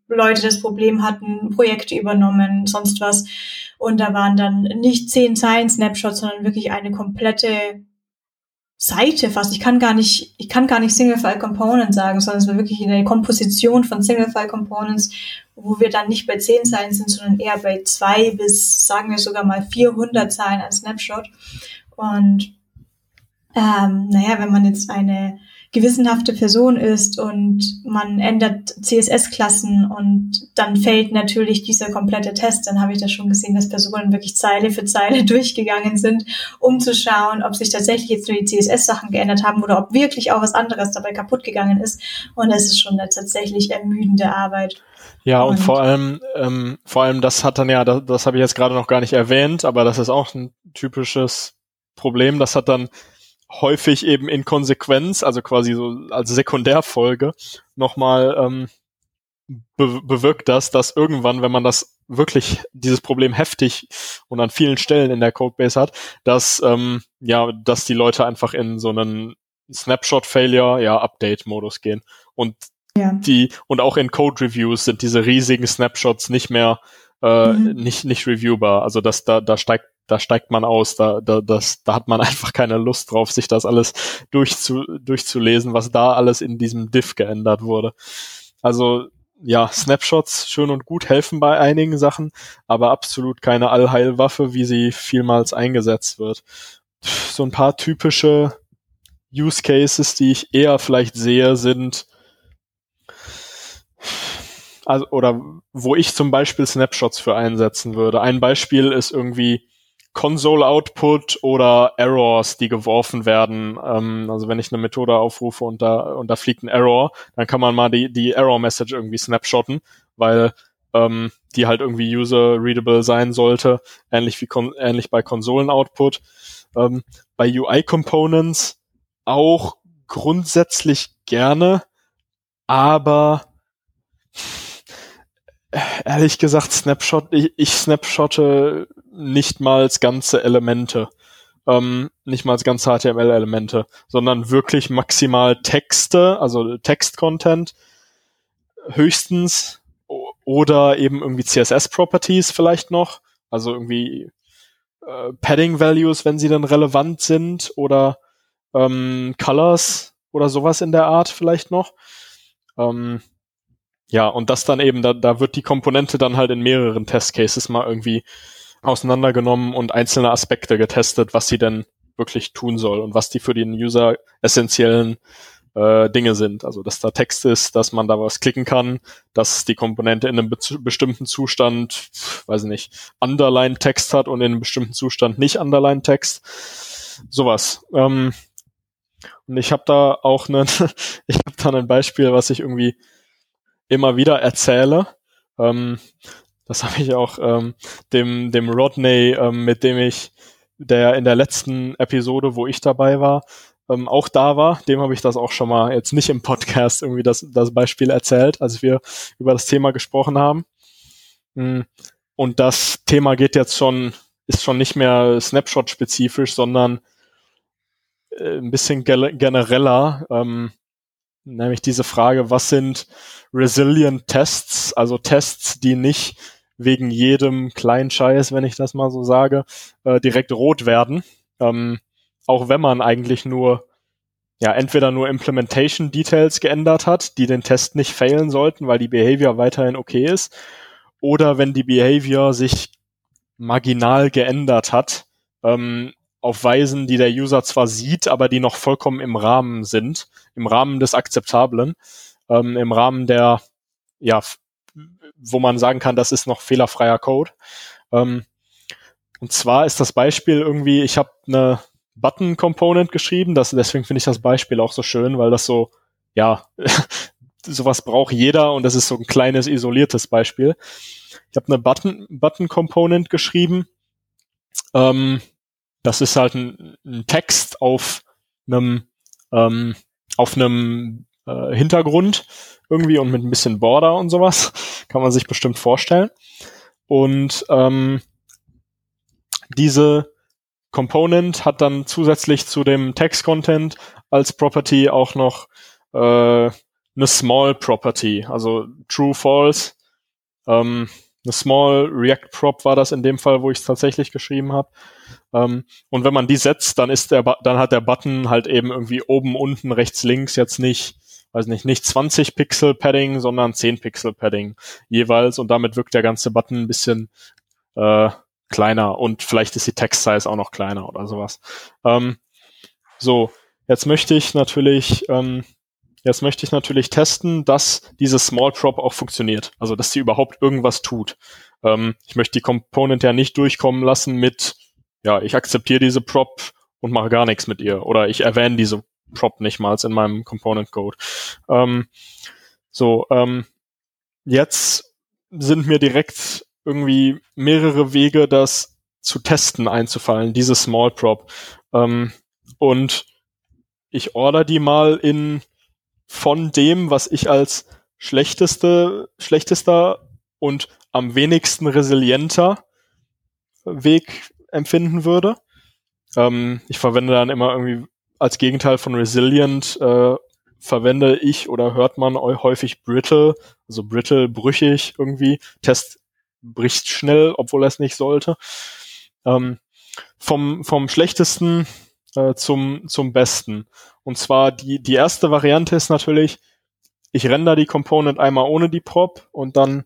Leute das Problem hatten, Projekte übernommen, sonst was. Und da waren dann nicht 10 Zeilen-Snapshots, sondern wirklich eine komplette Seite fast. Ich kann gar nicht Single-File-Component sagen, sondern es war wirklich eine Komposition von Single-File-Components, wo wir dann nicht bei 10 Zeilen sind, sondern eher bei 2 bis, sagen wir sogar mal 400 Zeilen als Snapshot. Und wenn man jetzt eine gewissenhafte Person ist und man ändert CSS-Klassen und dann fällt natürlich dieser komplette Test, dann habe ich das schon gesehen, dass Personen wirklich Zeile für Zeile durchgegangen sind, um zu schauen, ob sich tatsächlich jetzt nur die CSS-Sachen geändert haben oder ob wirklich auch was anderes dabei kaputt gegangen ist. Und das ist schon eine tatsächlich ermüdende Arbeit. Ja, und vor allem, das hat dann das habe ich jetzt gerade noch gar nicht erwähnt, aber das ist auch ein typisches Problem. Das hat dann häufig eben in Konsequenz, also quasi so als Sekundärfolge, nochmal bewirkt das, dass irgendwann, wenn man das wirklich, dieses Problem heftig und an vielen Stellen in der Codebase hat, dass die Leute einfach in so einen Snapshot-Failure, Update-Modus gehen. Und und auch in Code-Reviews sind diese riesigen Snapshots nicht mehr nicht reviewbar. Also da steigt man aus, da hat man einfach keine Lust drauf, sich das alles durchzulesen, was da alles in diesem Diff geändert wurde. Also Snapshots schön und gut, helfen bei einigen Sachen, aber absolut keine Allheilwaffe, wie sie vielmals eingesetzt wird. So ein paar typische Use Cases, die ich eher vielleicht sehe, sind oder wo ich zum Beispiel Snapshots für einsetzen würde. Ein Beispiel ist irgendwie Console-Output oder Errors, die geworfen werden. Also wenn ich eine Methode aufrufe und da fliegt ein Error, dann kann man mal die Error-Message irgendwie snapshotten, weil die halt irgendwie user-readable sein sollte, ähnlich bei Konsolen-Output. Bei UI-Components auch grundsätzlich gerne, aber ehrlich gesagt, ich snapshotte nicht mal ganze Elemente, nicht mal ganze HTML-Elemente, sondern wirklich maximal Texte, also Text-Content höchstens oder eben irgendwie CSS-Properties vielleicht noch, also irgendwie Padding-Values, wenn sie dann relevant sind oder Colors oder sowas in der Art vielleicht noch. Und das dann eben, da wird die Komponente dann halt in mehreren Testcases mal irgendwie auseinandergenommen und einzelne Aspekte getestet, was sie denn wirklich tun soll und was die für den User essentiellen Dinge sind. Also, dass da Text ist, dass man da was klicken kann, dass die Komponente in einem bestimmten Zustand, weiß ich nicht, Underline-Text hat und in einem bestimmten Zustand nicht Underline-Text. Sowas. Und ich habe da auch ein Beispiel, was ich irgendwie immer wieder erzähle. Das habe ich auch dem Rodney, mit dem der in der letzten Episode, wo ich dabei war, auch da war. Dem habe ich das auch schon mal jetzt nicht im Podcast irgendwie das Beispiel erzählt, als wir über das Thema gesprochen haben. Und das Thema ist schon nicht mehr Snapshot-spezifisch, sondern ein bisschen genereller, nämlich diese Frage, was sind Resilient Tests, also Tests, die nicht wegen jedem kleinen Scheiß, wenn ich das mal so sage, direkt rot werden, auch wenn man eigentlich entweder nur Implementation Details geändert hat, die den Test nicht failen sollten, weil die Behavior weiterhin okay ist, oder wenn die Behavior sich marginal geändert hat, auf Weisen, die der User zwar sieht, aber die noch vollkommen im Rahmen sind, im Rahmen des Akzeptablen, im Rahmen der, wo man sagen kann, das ist noch fehlerfreier Code. Und zwar ist das Beispiel irgendwie, ich habe eine Button-Component geschrieben, deswegen finde ich das Beispiel auch so schön, weil das so, sowas braucht jeder und das ist so ein kleines, isoliertes Beispiel. Ich habe eine Button-Component geschrieben, das ist halt ein Text auf einem Hintergrund irgendwie und mit ein bisschen Border und sowas. Kann man sich bestimmt vorstellen. Und diese Component hat dann zusätzlich zu dem Text-Content als Property auch noch eine Small Property, also True, False, Eine Small React Prop war das in dem Fall, wo ich es tatsächlich geschrieben habe. Und wenn man die setzt, dann hat der Button halt eben irgendwie oben, unten, rechts, links jetzt nicht 20 Pixel Padding, sondern 10 Pixel Padding jeweils, und damit wirkt der ganze Button ein bisschen kleiner, und vielleicht ist die Text Size auch noch kleiner oder sowas. Jetzt möchte ich natürlich testen, dass diese Small Prop auch funktioniert, also dass sie überhaupt irgendwas tut. Ich möchte die Component ja nicht durchkommen lassen mit, ja, ich akzeptiere diese Prop und mache gar nichts mit ihr, oder ich erwähne diese Prop nicht mal in meinem Component Code. Jetzt sind mir direkt irgendwie mehrere Wege, das zu testen einzufallen, diese Small Prop. Und ich order die mal von dem, was ich als schlechtester und am wenigsten resilienter Weg empfinden würde. Ich verwende dann immer irgendwie als Gegenteil von resilient, verwende ich oder hört man häufig brittle, also brittle, brüchig irgendwie. Test bricht schnell, obwohl er es nicht sollte. Vom schlechtesten zum besten. Und zwar die erste Variante ist natürlich, ich render die Component einmal ohne die Prop und dann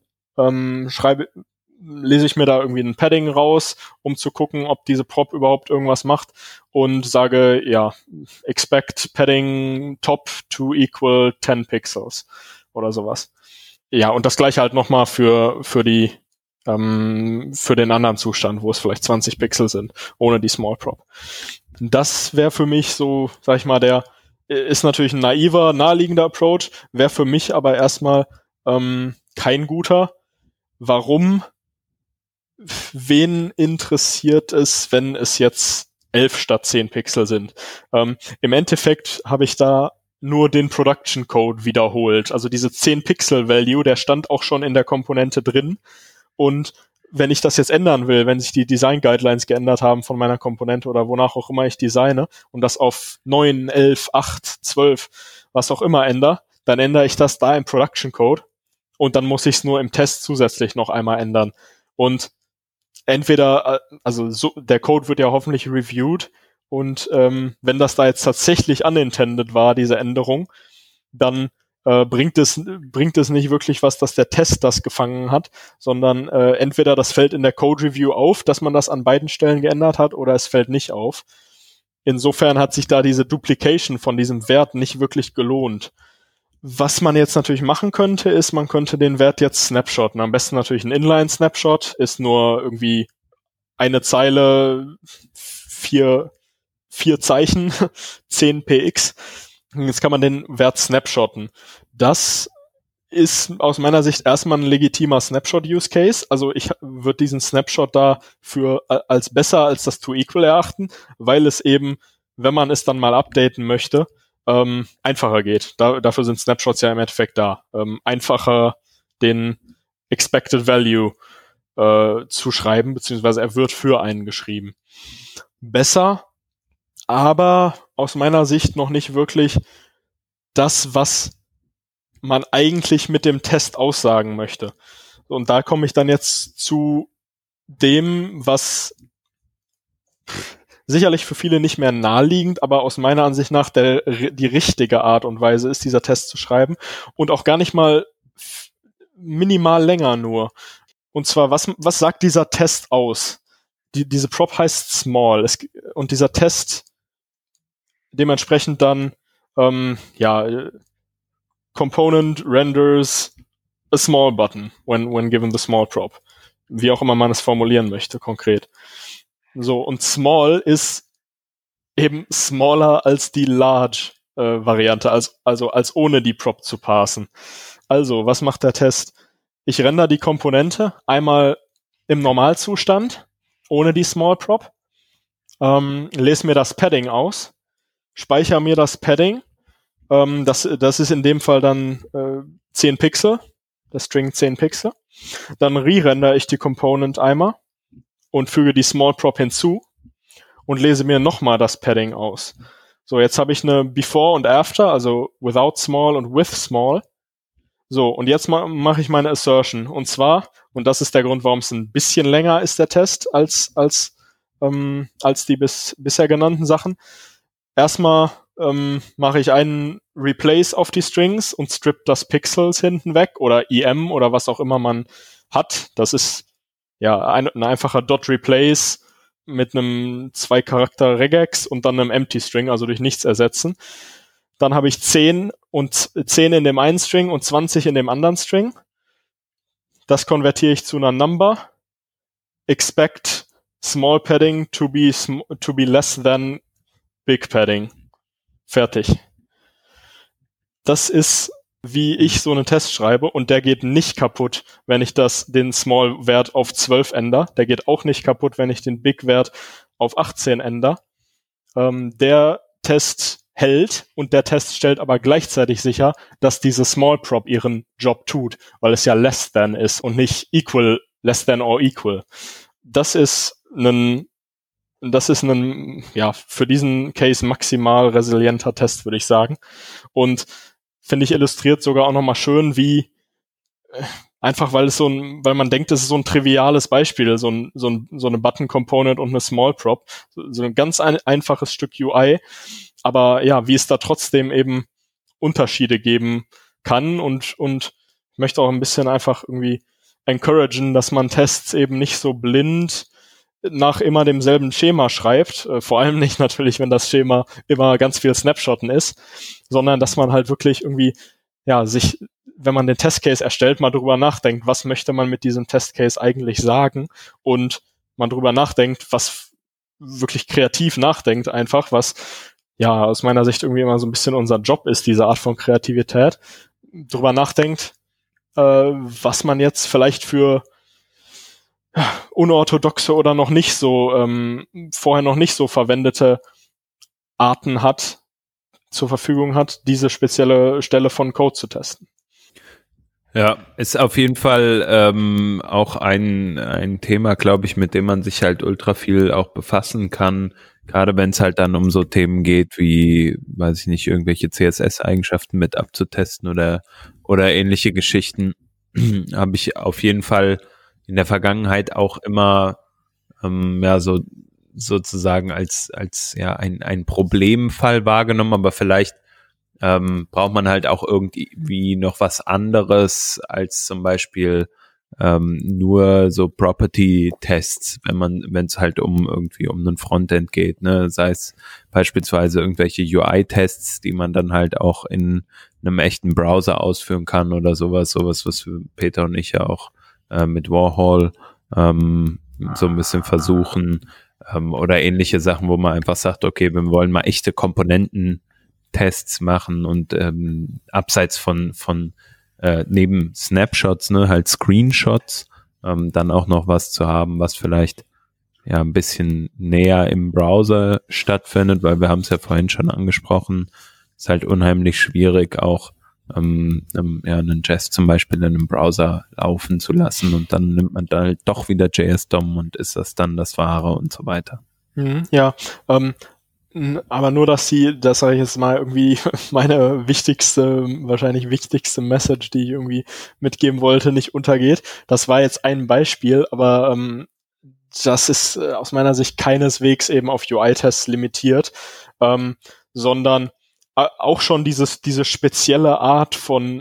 lese ich mir da irgendwie ein Padding raus, um zu gucken, ob diese Prop überhaupt irgendwas macht, und sage, ja, expect Padding top to equal 10 Pixels oder sowas. Ja, und das gleiche halt nochmal für den anderen Zustand, wo es vielleicht 20 Pixel sind, ohne die Small Prop. Das wäre für mich so, sag ich mal, ist natürlich ein naheliegender Approach, wäre für mich aber erstmal kein guter. Warum? Wen interessiert es, wenn es jetzt 11 statt 10 Pixel sind? Im Endeffekt habe ich da nur den Production Code wiederholt. Also diese 10 Pixel Value, der stand auch schon in der Komponente drin. Und wenn ich das jetzt ändern will, wenn sich die Design Guidelines geändert haben von meiner Komponente oder wonach auch immer ich designe und das auf 9, 11, 8, 12, was auch immer ändere, dann ändere ich das da im Production Code und dann muss ich es nur im Test zusätzlich noch einmal ändern. Und entweder, der Code wird ja hoffentlich reviewed, und wenn das da jetzt tatsächlich unintended war, diese Änderung, dann bringt es nicht wirklich was, dass der Test das gefangen hat, sondern entweder das fällt in der Code Review auf, dass man das an beiden Stellen geändert hat, oder es fällt nicht auf. Insofern hat sich da diese Duplication von diesem Wert nicht wirklich gelohnt. Was man jetzt natürlich machen könnte, ist, man könnte den Wert jetzt snapshotten. Am besten natürlich ein Inline-Snapshot, ist nur irgendwie eine Zeile, 4 Zeichen, 10 px. Jetzt kann man den Wert snapshotten. Das ist aus meiner Sicht erstmal ein legitimer Snapshot-Use-Case. Also ich würde diesen Snapshot da als besser als das To-Equal erachten, weil es eben, wenn man es dann mal updaten möchte, einfacher geht. Dafür sind Snapshots ja im Endeffekt da. Einfacher den Expected Value zu schreiben, beziehungsweise er wird für einen geschrieben. Besser, aber aus meiner Sicht noch nicht wirklich das, was man eigentlich mit dem Test aussagen möchte. Und da komme ich dann jetzt zu dem, was sicherlich für viele nicht mehr naheliegend, aber aus meiner Ansicht nach die richtige Art und Weise ist, dieser Test zu schreiben, und auch gar nicht mal minimal länger nur. Und zwar, was sagt dieser Test aus? Diese Prop heißt small, und dieser Test dementsprechend dann Component renders a small button when given the small prop. Wie auch immer man es formulieren möchte, konkret. So, und small ist eben smaller als die large Variante, also als ohne die Prop zu parsen. Also, was macht der Test? Ich render die Komponente einmal im Normalzustand, ohne die Small Prop, lese mir das Padding aus, speichere mir das Padding, das ist in dem Fall dann 10 Pixel, der String 10 Pixel. Dann re-render ich die Component einmal und füge die Small Prop hinzu und lese mir nochmal das Padding aus. So, jetzt habe ich eine Before und After, also without small und with small. So, und jetzt mache ich meine Assertion. Und zwar, und das ist der Grund, warum es ein bisschen länger ist, der Test, als die bisher genannten Sachen. Erstmal mache ich einen Replace auf die Strings und strip das Pixels hinten weg oder EM oder was auch immer man hat. Das ist ja ein einfacher Dot-Replace mit einem 2-Charakter-Regex und dann einem Empty-String, also durch nichts ersetzen. Dann habe ich 10 in dem einen String und 20 in dem anderen String. Das konvertiere ich zu einer Number. Expect small padding to be less than big padding. Fertig. Das ist, wie ich so einen Test schreibe, und der geht nicht kaputt, wenn ich den Small-Wert auf 12 ändere. Der geht auch nicht kaputt, wenn ich den Big-Wert auf 18 ändere. Der Test hält und der Test stellt aber gleichzeitig sicher, dass diese Small Prop ihren Job tut, weil es ja less than ist und nicht equal, less than or equal. Das ist ein für diesen Case maximal resilienter Test, würde ich sagen. Und finde ich illustriert sogar auch nochmal schön, wie einfach, weil man denkt, es ist so ein triviales Beispiel, so eine Button Component und eine Small Prop, so ein ganz einfaches Stück UI, aber ja, wie es da trotzdem eben Unterschiede geben kann und ich möchte auch ein bisschen einfach irgendwie encouragen, dass man Tests eben nicht so blind nach immer demselben Schema schreibt, vor allem nicht natürlich, wenn das Schema immer ganz viel Snapshotten ist, sondern dass man halt wirklich irgendwie, ja, sich, wenn man den Testcase erstellt, mal drüber nachdenkt, was möchte man mit diesem Testcase eigentlich sagen und man drüber nachdenkt, was wirklich kreativ nachdenkt einfach, was ja aus meiner Sicht irgendwie immer so ein bisschen unser Job ist, diese Art von Kreativität, drüber nachdenkt, was man jetzt vielleicht für unorthodoxe oder noch nicht so, vorher noch nicht so verwendete Arten zur Verfügung hat, diese spezielle Stelle von Code zu testen. Ja, ist auf jeden Fall auch ein Thema, glaube ich, mit dem man sich halt ultra viel auch befassen kann, gerade wenn es halt dann um so Themen geht wie, weiß ich nicht, irgendwelche CSS-Eigenschaften mit abzutesten oder ähnliche Geschichten, habe ich auf jeden Fall in der Vergangenheit auch immer so sozusagen als ja ein Problemfall wahrgenommen, aber vielleicht braucht man halt auch irgendwie noch was anderes als zum Beispiel nur so Property-Tests, wenn es halt um einen Frontend geht, ne, sei es beispielsweise irgendwelche UI-Tests, die man dann halt auch in einem echten Browser ausführen kann oder sowas, was Peter und ich ja auch mit Warhol so ein bisschen versuchen, oder ähnliche Sachen, wo man einfach sagt, okay, wir wollen mal echte Komponententests machen und abseits von neben Snapshots, ne, halt Screenshots, dann auch noch was zu haben, was vielleicht ja ein bisschen näher im Browser stattfindet, weil wir haben es ja vorhin schon angesprochen, ist halt unheimlich schwierig auch einen Jest zum Beispiel in einem Browser laufen zu lassen und dann nimmt man da halt doch wieder JS-DOM und ist das dann das Wahre und so weiter. Ja, aber nur, das sage ich jetzt mal irgendwie meine wahrscheinlich wichtigste Message, die ich irgendwie mitgeben wollte, nicht untergeht. Das war jetzt ein Beispiel, aber das ist aus meiner Sicht keineswegs eben auf UI-Tests limitiert, sondern auch schon diese spezielle Art von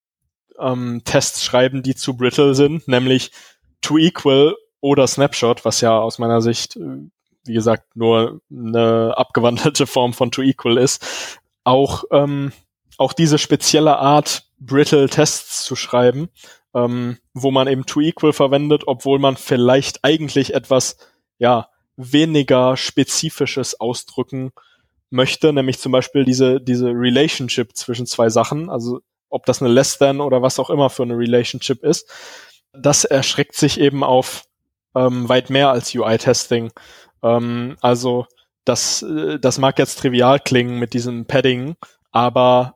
Tests schreiben, die zu brittle sind, nämlich toEqual oder Snapshot, was ja aus meiner Sicht, wie gesagt, nur eine abgewandelte Form von toEqual ist, auch diese spezielle Art, brittle Tests zu schreiben, wo man eben toEqual verwendet, obwohl man vielleicht eigentlich etwas weniger Spezifisches ausdrücken möchte, nämlich zum Beispiel diese Relationship zwischen zwei Sachen, also ob das eine Less Than oder was auch immer für eine Relationship ist, das erschreckt sich eben auf weit mehr als UI-Testing. Also das mag jetzt trivial klingen mit diesem Padding, aber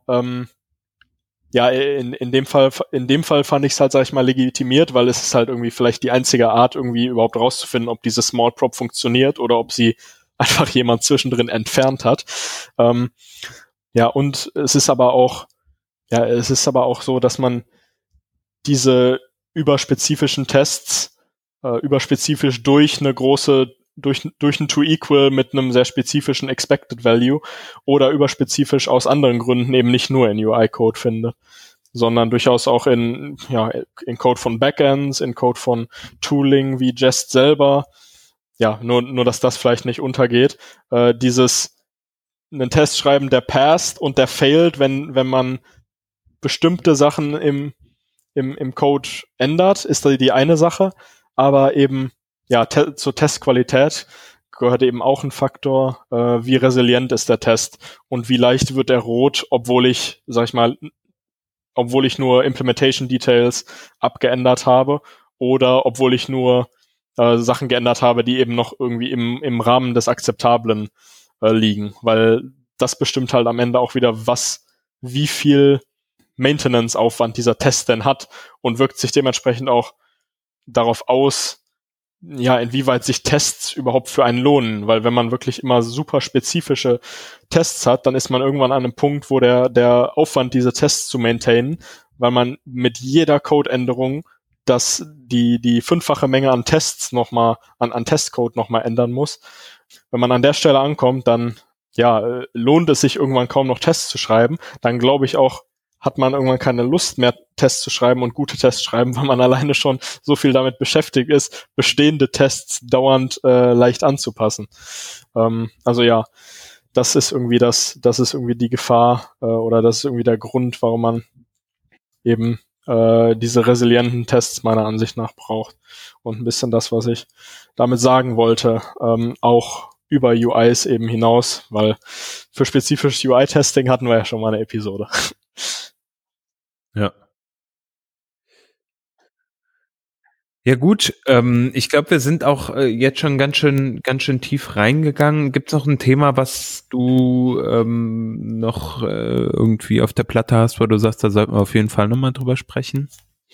in dem Fall fand ich es halt, sag ich mal, legitimiert, weil es ist halt irgendwie vielleicht die einzige Art, irgendwie überhaupt rauszufinden, ob diese Small Prop funktioniert oder ob sie einfach jemand zwischendrin entfernt hat. Und es ist aber auch so, dass man diese überspezifischen Tests überspezifisch durch eine große, durch ein To-Equal mit einem sehr spezifischen Expected Value oder überspezifisch aus anderen Gründen eben nicht nur in UI-Code finde, sondern durchaus auch in Code von Backends, in Code von Tooling wie Jest selber. Ja, nur dass das vielleicht nicht untergeht. Einen Test schreiben, der passt und der failed, wenn man bestimmte Sachen im Code ändert, ist da die eine Sache. Aber eben, zur Testqualität gehört eben auch ein Faktor, wie resilient ist der Test und wie leicht wird er rot, obwohl ich nur Implementation Details abgeändert habe oder obwohl ich nur Sachen geändert habe, die eben noch irgendwie im Rahmen des Akzeptablen liegen, weil das bestimmt halt am Ende auch wieder, wie viel Maintenance-Aufwand dieser Test denn hat und wirkt sich dementsprechend auch darauf aus, inwieweit sich Tests überhaupt für einen lohnen, weil wenn man wirklich immer super spezifische Tests hat, dann ist man irgendwann an einem Punkt, wo der Aufwand, diese Tests zu maintainen, weil man mit jeder Codeänderung die 5-fache Menge an Tests nochmal, an Testcode nochmal ändern muss. Wenn man an der Stelle ankommt, dann lohnt es sich irgendwann kaum noch Tests zu schreiben. Dann glaube ich auch, hat man irgendwann keine Lust mehr, Tests zu schreiben und gute Tests schreiben, weil man alleine schon so viel damit beschäftigt ist, bestehende Tests dauernd leicht anzupassen. Das ist irgendwie die Gefahr oder das ist irgendwie der Grund, warum man eben diese resilienten Tests meiner Ansicht nach braucht. Und ein bisschen das, was ich damit sagen wollte, auch über UIs eben hinaus, weil für spezifisches UI-Testing hatten wir ja schon mal eine Episode. Ja. Ja gut, ich glaube, wir sind auch jetzt schon ganz schön tief reingegangen. Gibt es noch ein Thema, was du noch irgendwie auf der Platte hast, wo du sagst, da sollten wir auf jeden Fall nochmal drüber sprechen?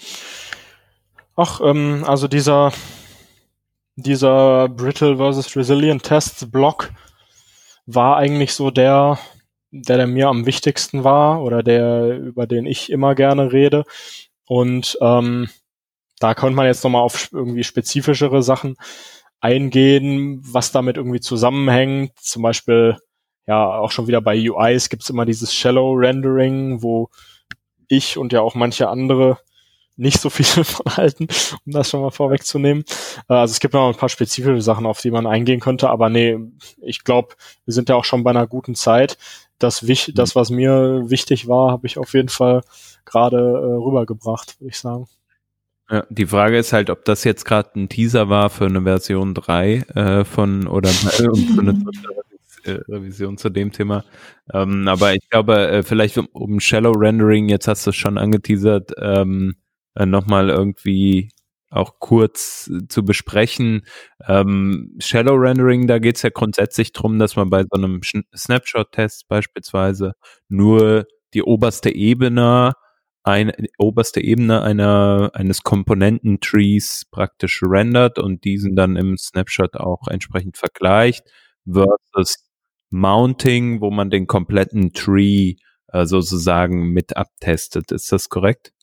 Also dieser Brittle versus Resilient Tests Block war eigentlich so der mir am wichtigsten war oder über den ich immer gerne rede. Und da konnte man jetzt nochmal auf irgendwie spezifischere Sachen eingehen, was damit irgendwie zusammenhängt. Zum Beispiel, auch schon wieder bei UIs gibt's immer dieses Shallow Rendering, wo ich und ja auch manche andere nicht so viel von halten, um das schon mal vorwegzunehmen. Also es gibt noch ein paar spezifische Sachen, auf die man eingehen könnte, aber nee, ich glaube, wir sind ja auch schon bei einer guten Zeit. Das, was mir wichtig war, habe ich auf jeden Fall gerade rübergebracht, würde ich sagen. Ja, die Frage ist halt, ob das jetzt gerade ein Teaser war für eine Version 3 oder für eine Revision zu dem Thema. Aber ich glaube, vielleicht um Shallow Rendering, jetzt hast du es schon angeteasert, nochmal irgendwie auch kurz zu besprechen. Shallow Rendering, da geht es ja grundsätzlich drum, dass man bei so einem Snapshot-Test beispielsweise nur die oberste Ebene eines Komponententrees praktisch rendert und diesen dann im Snapshot auch entsprechend vergleicht versus Mounting, wo man den kompletten Tree sozusagen mit abtestet. Ist das korrekt?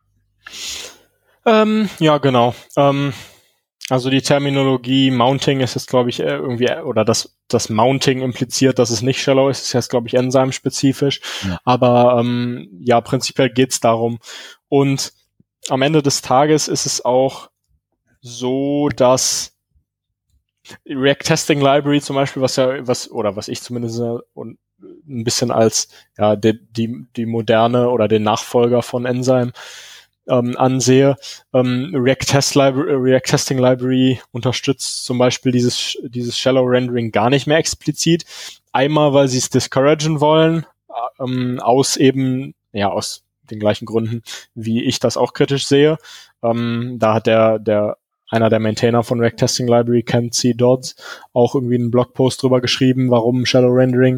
Ja, genau. Also die Terminologie Mounting ist jetzt, glaube ich, irgendwie, oder das Mounting impliziert, dass es nicht shallow ist jetzt, glaube ich, Enzyme-spezifisch. Ja. Aber prinzipiell geht's darum. Und am Ende des Tages ist es auch so, dass React Testing Library zum Beispiel, was ich zumindest ein bisschen als die moderne oder den Nachfolger von Enzyme ansehe. React Testing Library unterstützt zum Beispiel dieses Shallow Rendering gar nicht mehr explizit. Einmal, weil sie es discouragen wollen, aus den gleichen Gründen, wie ich das auch kritisch sehe. Da hat einer der Maintainer von React Testing Library, Kent C. Dodds, auch irgendwie einen Blogpost drüber geschrieben, warum Shallow Rendering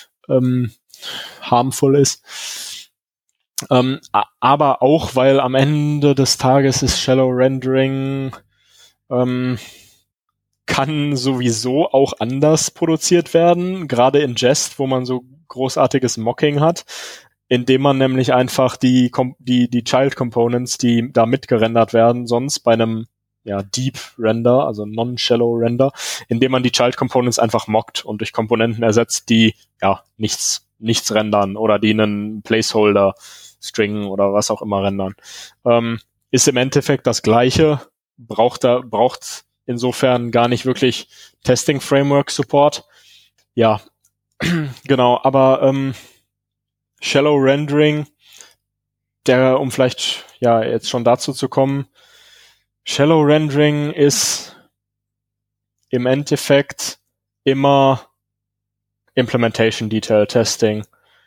harmful ist. Aber auch, weil am Ende des Tages ist Shallow Rendering kann sowieso auch anders produziert werden, gerade in Jest, wo man so großartiges Mocking hat. indem man nämlich einfach die Child Components, die da mitgerendert werden, sonst bei einem Deep Render, also Non-Shallow Render, indem man die Child Components einfach mockt und durch Komponenten ersetzt, die nichts rendern oder die einen Placeholder String oder was auch immer rendern. Ist im Endeffekt das Gleiche, braucht insofern gar nicht wirklich Testing Framework Support. Ja, genau, aber Shallow Rendering, um vielleicht jetzt schon dazu zu kommen, Shallow Rendering ist im Endeffekt immer Implementation Detail Testing.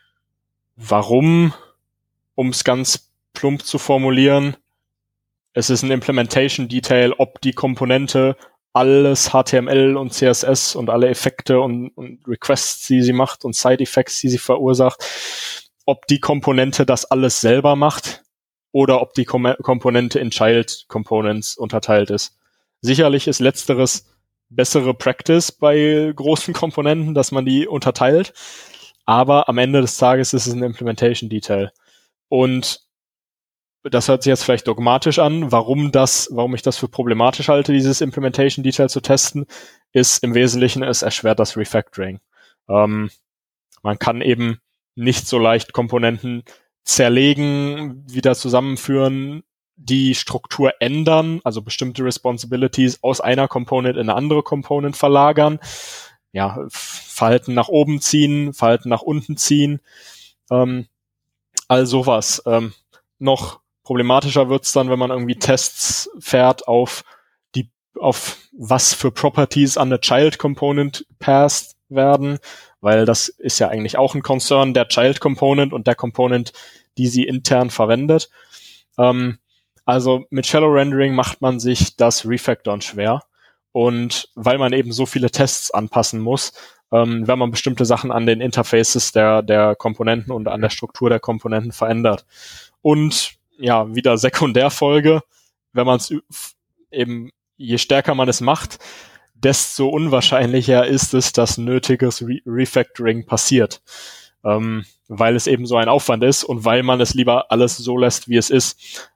Warum? Um es ganz plump zu formulieren, es ist ein Implementation Detail, ob die Komponente alles HTML und CSS und alle Effekte und Requests, die sie macht und Side Effects, die sie verursacht, ob die Komponente das alles selber macht oder ob die Komponente in Child Components unterteilt ist. Sicherlich ist letzteres bessere Practice bei großen Komponenten, dass man die unterteilt, aber am Ende des Tages ist es ein Implementation Detail. Und das hört sich jetzt vielleicht dogmatisch an. Warum ich das für problematisch halte, dieses Implementation Detail zu testen, ist im Wesentlichen, es erschwert das Refactoring. Man kann eben nicht so leicht Komponenten zerlegen, wieder zusammenführen, die Struktur ändern, also bestimmte Responsibilities aus einer Component in eine andere Component verlagern, Verhalten nach oben ziehen, Verhalten nach unten ziehen, all sowas. Noch problematischer wird's dann, wenn man irgendwie Tests fährt auf was für Properties an eine Child Component passed werden, weil das ist ja eigentlich auch ein Concern der Child Component und der Component, die sie intern verwendet. Also mit Shallow Rendering macht man sich das Refactoren schwer, und weil man eben so viele Tests anpassen muss, wenn man bestimmte Sachen an den Interfaces der Komponenten und an der Struktur der Komponenten verändert. Und wieder Sekundärfolge, wenn man es eben, je stärker man es macht, desto unwahrscheinlicher ist es, dass nötiges Refactoring passiert. Weil es eben so ein Aufwand ist und weil man es lieber alles so lässt, wie es ist.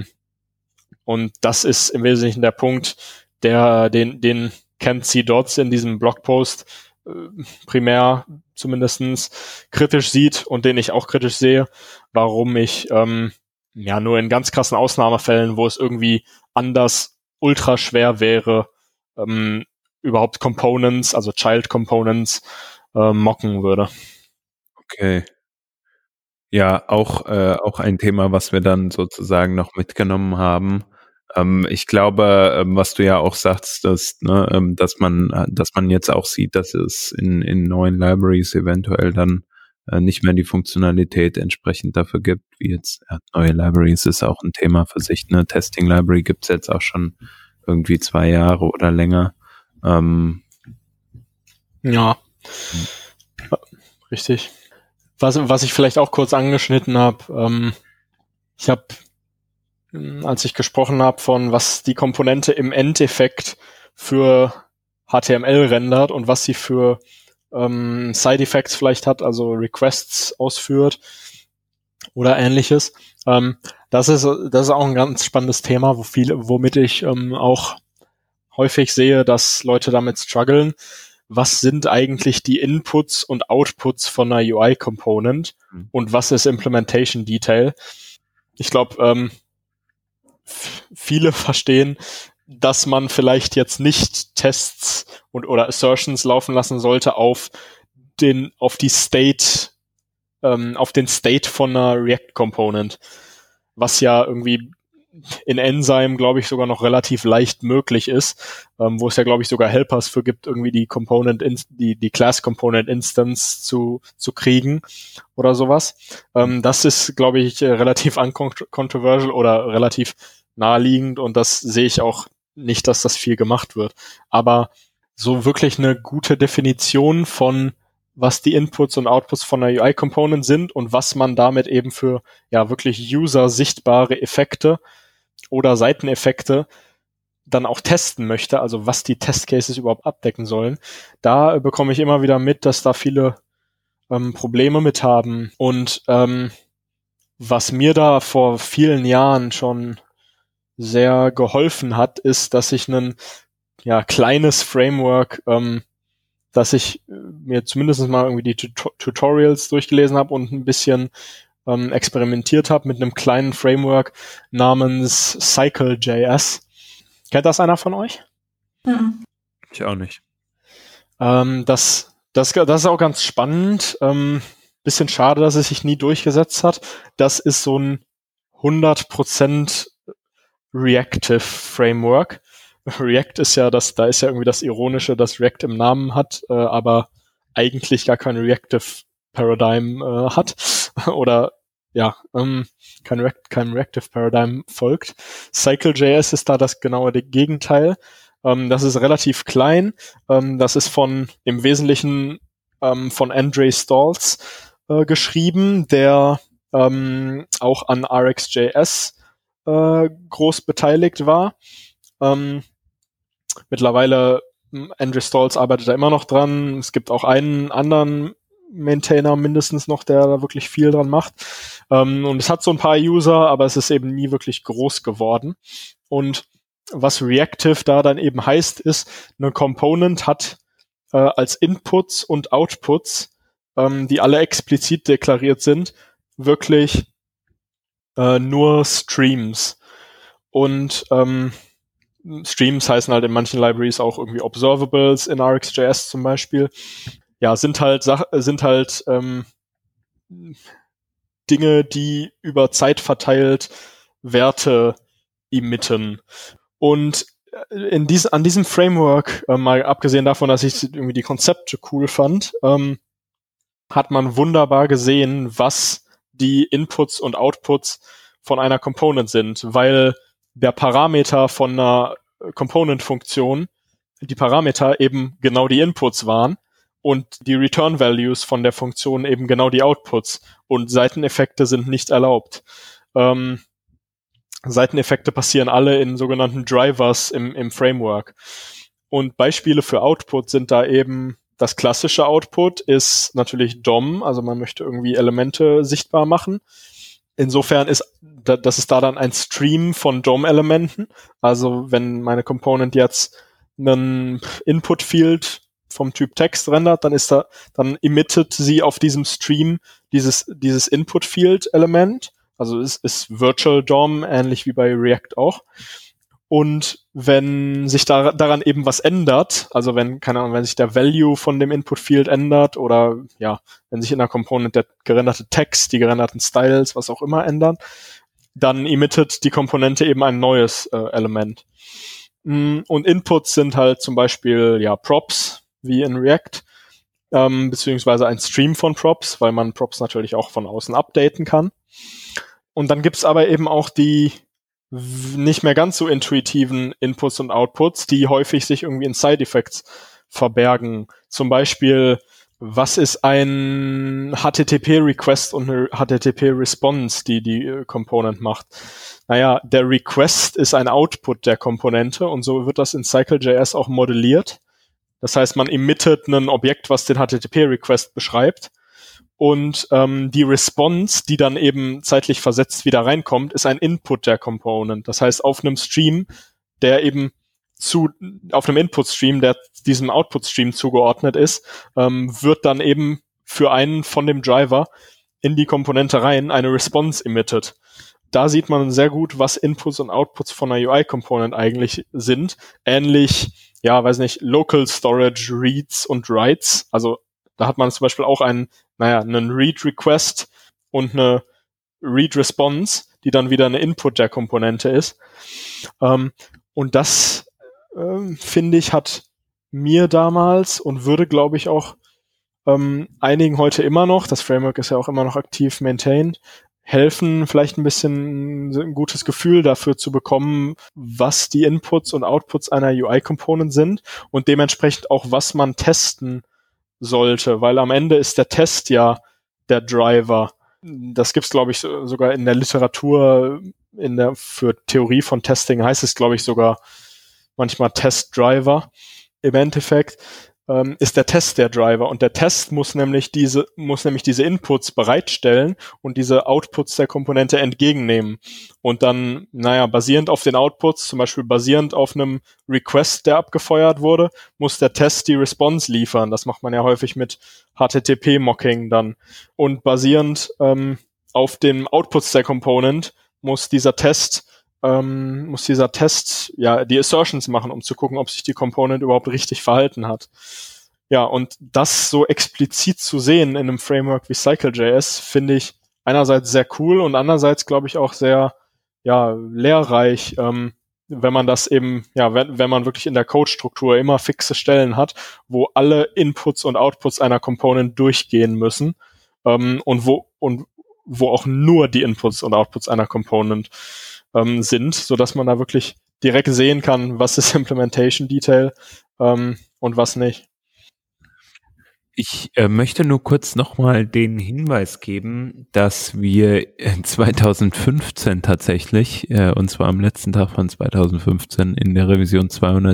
Und das ist im Wesentlichen der Punkt, den Kent C. Dodds in diesem Blogpost primär zumindestens kritisch sieht und den ich auch kritisch sehe, warum ich nur in ganz krassen Ausnahmefällen, wo es irgendwie anders ultra schwer wäre, überhaupt Components, also Child Components, mocken würde. Okay. Ja, auch ein Thema, was wir dann sozusagen noch mitgenommen haben. Ich glaube, was du ja auch sagst, dass man jetzt auch sieht, dass es in neuen Libraries eventuell dann nicht mehr die Funktionalität entsprechend dafür gibt, wie jetzt neue Libraries ist auch ein Thema für sich. Eine Testing Library gibt's jetzt auch schon irgendwie 2 Jahre oder länger. Richtig. Was ich vielleicht auch kurz angeschnitten habe, ich habe, als ich gesprochen habe von was die Komponente im Endeffekt für HTML rendert und was sie für Side Effects vielleicht hat, also Requests ausführt oder ähnliches. Das ist auch ein ganz spannendes Thema, womit ich auch häufig sehe, dass Leute damit strugglen. Was sind eigentlich die Inputs und Outputs von einer UI-Component und was ist Implementation Detail? Ich glaube, viele verstehen, dass man vielleicht jetzt nicht Tests oder Assertions laufen lassen sollte auf den State von einer React-Component, was ja irgendwie in Enzyme, glaube ich, sogar noch relativ leicht möglich ist, wo es ja, glaube ich, sogar Helpers für gibt, irgendwie die die Class Component Instance zu kriegen oder sowas. Das ist, glaube ich, relativ uncontroversial oder relativ naheliegend, und das sehe ich auch nicht, dass das viel gemacht wird. Aber so wirklich eine gute Definition von was die Inputs und Outputs von einer UI-Component sind und was man damit eben für wirklich user-sichtbare Effekte oder Seiteneffekte dann auch testen möchte, also was die Testcases überhaupt abdecken sollen, da bekomme ich immer wieder mit, dass da viele Probleme mit haben. Und was mir da vor vielen Jahren schon sehr geholfen hat, ist, dass ich ein kleines Framework, dass ich mir zumindest mal irgendwie die Tutorials durchgelesen habe und ein bisschen experimentiert habe mit einem kleinen Framework namens Cycle.js. Kennt das einer von euch? Mhm. Ich auch nicht. Das ist auch ganz spannend. Bisschen schade, dass es sich nie durchgesetzt hat. Das ist so ein 100% Reactive Framework. React ist ja da ist ja irgendwie das Ironische, dass React im Namen hat, aber eigentlich gar kein Reactive Paradigm hat oder kein Reactive Paradigm folgt. Cycle.js ist da das genaue Gegenteil. Das ist relativ klein. Das ist im Wesentlichen von Andre Stalls geschrieben, der auch an RxJS groß beteiligt war. Mittlerweile, Andre Stalls arbeitet da immer noch dran. Es gibt auch einen anderen Maintainer mindestens noch, der da wirklich viel dran macht. Und es hat so ein paar User, aber es ist eben nie wirklich groß geworden. Und was Reactive da dann eben heißt, ist, eine Component hat als Inputs und Outputs, die alle explizit deklariert sind, wirklich nur Streams. Und Streams heißen halt in manchen Libraries auch irgendwie Observables in RxJS zum Beispiel. Ja, sind halt Dinge, die über Zeit verteilt Werte emitten. Und an diesem Framework, mal abgesehen davon, dass ich irgendwie die Konzepte cool fand, hat man wunderbar gesehen, was die Inputs und Outputs von einer Component sind, weil der Parameter von einer Component-Funktion, die Parameter eben genau die Inputs waren und die Return-Values von der Funktion eben genau die Outputs und Seiteneffekte sind nicht erlaubt. Seiteneffekte passieren alle in sogenannten Drivers im Framework. Und Beispiele für Output sind da eben, das klassische Output ist natürlich DOM, also man möchte irgendwie Elemente sichtbar machen. Insofern ist da dann ein Stream von DOM-Elementen. Also wenn meine Component jetzt einen Input-Field vom Typ Text rendert, dann emittet sie auf diesem Stream dieses Input-Field-Element. Also es ist Virtual DOM, ähnlich wie bei React auch. Und wenn sich daran eben was ändert, also wenn sich der Value von dem Input-Field ändert oder wenn sich in der Component der gerenderte Text, die gerenderten Styles, was auch immer ändern, dann emittet die Komponente eben ein neues Element. Und Inputs sind halt zum Beispiel Props, wie in React, beziehungsweise ein Stream von Props, weil man Props natürlich auch von außen updaten kann. Und dann gibt's aber eben auch die nicht mehr ganz so intuitiven Inputs und Outputs, die häufig sich irgendwie in Side-Effects verbergen. Zum Beispiel, was ist ein HTTP-Request und eine HTTP-Response, die Component macht? Naja, der Request ist ein Output der Komponente und so wird das in Cycle.js auch modelliert. Das heißt, man emittet ein Objekt, was den HTTP-Request beschreibt. Und die Response, die dann eben zeitlich versetzt wieder reinkommt, ist ein Input der Component. Das heißt, auf einem Stream, der eben auf einem Input-Stream, der diesem Output-Stream zugeordnet ist, wird dann eben für einen von dem Driver in die Komponente rein eine Response emitted. Da sieht man sehr gut, was Inputs und Outputs von einer UI-Component eigentlich sind. Ähnlich, Local Storage Reads und Writes. Also da hat man zum Beispiel auch einen Read-Request und eine Read-Response, die dann wieder eine Input der Komponente ist. Und das, finde ich, hat mir damals und würde, glaube ich, auch einigen heute immer noch, das Framework ist ja auch immer noch aktiv maintained, helfen, vielleicht ein bisschen ein gutes Gefühl dafür zu bekommen, was die Inputs und Outputs einer UI-Component sind und dementsprechend auch, was man testen sollte, weil am Ende ist der Test ja der Driver. Das gibt's, glaube ich, sogar in der Literatur, für Theorie von Testing heißt es, glaube ich, sogar manchmal Test-Driver im Endeffekt. ist der Test der Driver. Und der Test muss nämlich diese Inputs bereitstellen und diese Outputs der Komponente entgegennehmen. Und dann, basierend auf den Outputs, zum Beispiel basierend auf einem Request, der abgefeuert wurde, muss der Test die Response liefern. Das macht man ja häufig mit HTTP-Mocking dann. Und basierend auf den Outputs der Component muss dieser Test die Assertions machen, um zu gucken, ob sich die Component überhaupt richtig verhalten hat. Ja, und das so explizit zu sehen in einem Framework wie Cycle.js finde ich einerseits sehr cool und andererseits glaube ich auch sehr, lehrreich, wenn man das eben, wenn man wirklich in der Code-Struktur immer fixe Stellen hat, wo alle Inputs und Outputs einer Component durchgehen müssen, und wo auch nur die Inputs und Outputs einer Component sind, so dass man da wirklich direkt sehen kann, was ist Implementation Detail und was nicht. Ich möchte nur kurz nochmal den Hinweis geben, dass wir 2015 tatsächlich, und zwar am letzten Tag von 2015 in der Revision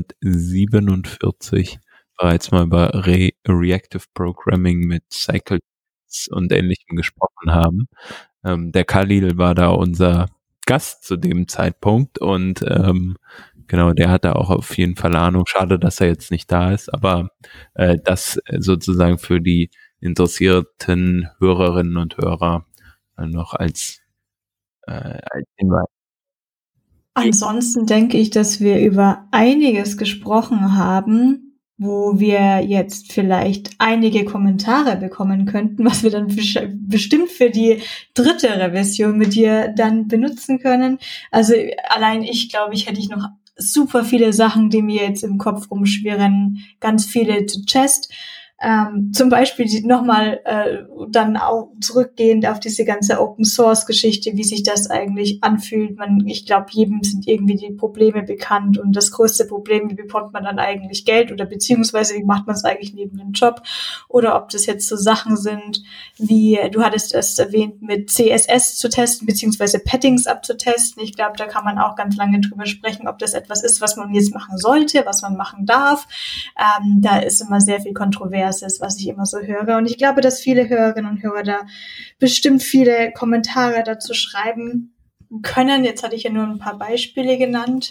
247 bereits mal über Reactive Programming mit Cycle und Ähnlichem gesprochen haben. Der Khalil war da unser Gast zu dem Zeitpunkt und genau, der hatte auch auf jeden Fall Ahnung. Schade, dass er jetzt nicht da ist, aber das sozusagen für die interessierten Hörerinnen und Hörer noch als Hinweis. Ansonsten denke ich, dass wir über einiges gesprochen haben, wo wir jetzt vielleicht einige Kommentare bekommen könnten, was wir dann bestimmt für die 3. Revision mit dir dann benutzen können. Also allein ich glaube, hätte ich noch super viele Sachen, die mir jetzt im Kopf rumschwirren, ganz viele to test. Zum Beispiel nochmal dann auch zurückgehend auf diese ganze Open-Source-Geschichte, wie sich das eigentlich anfühlt. Ich glaube, jedem sind irgendwie die Probleme bekannt und das größte Problem, wie bekommt man dann eigentlich Geld oder beziehungsweise wie macht man es eigentlich neben dem Job oder ob das jetzt so Sachen sind, wie du hattest es erwähnt, mit CSS zu testen beziehungsweise Paddings abzutesten. Ich glaube, da kann man auch ganz lange drüber sprechen, ob das etwas ist, was man jetzt machen sollte, was man machen darf. Da ist immer sehr viel Kontrovers ist, was ich immer so höre. Und ich glaube, dass viele Hörerinnen und Hörer da bestimmt viele Kommentare dazu schreiben können. Jetzt hatte ich ja nur ein paar Beispiele genannt.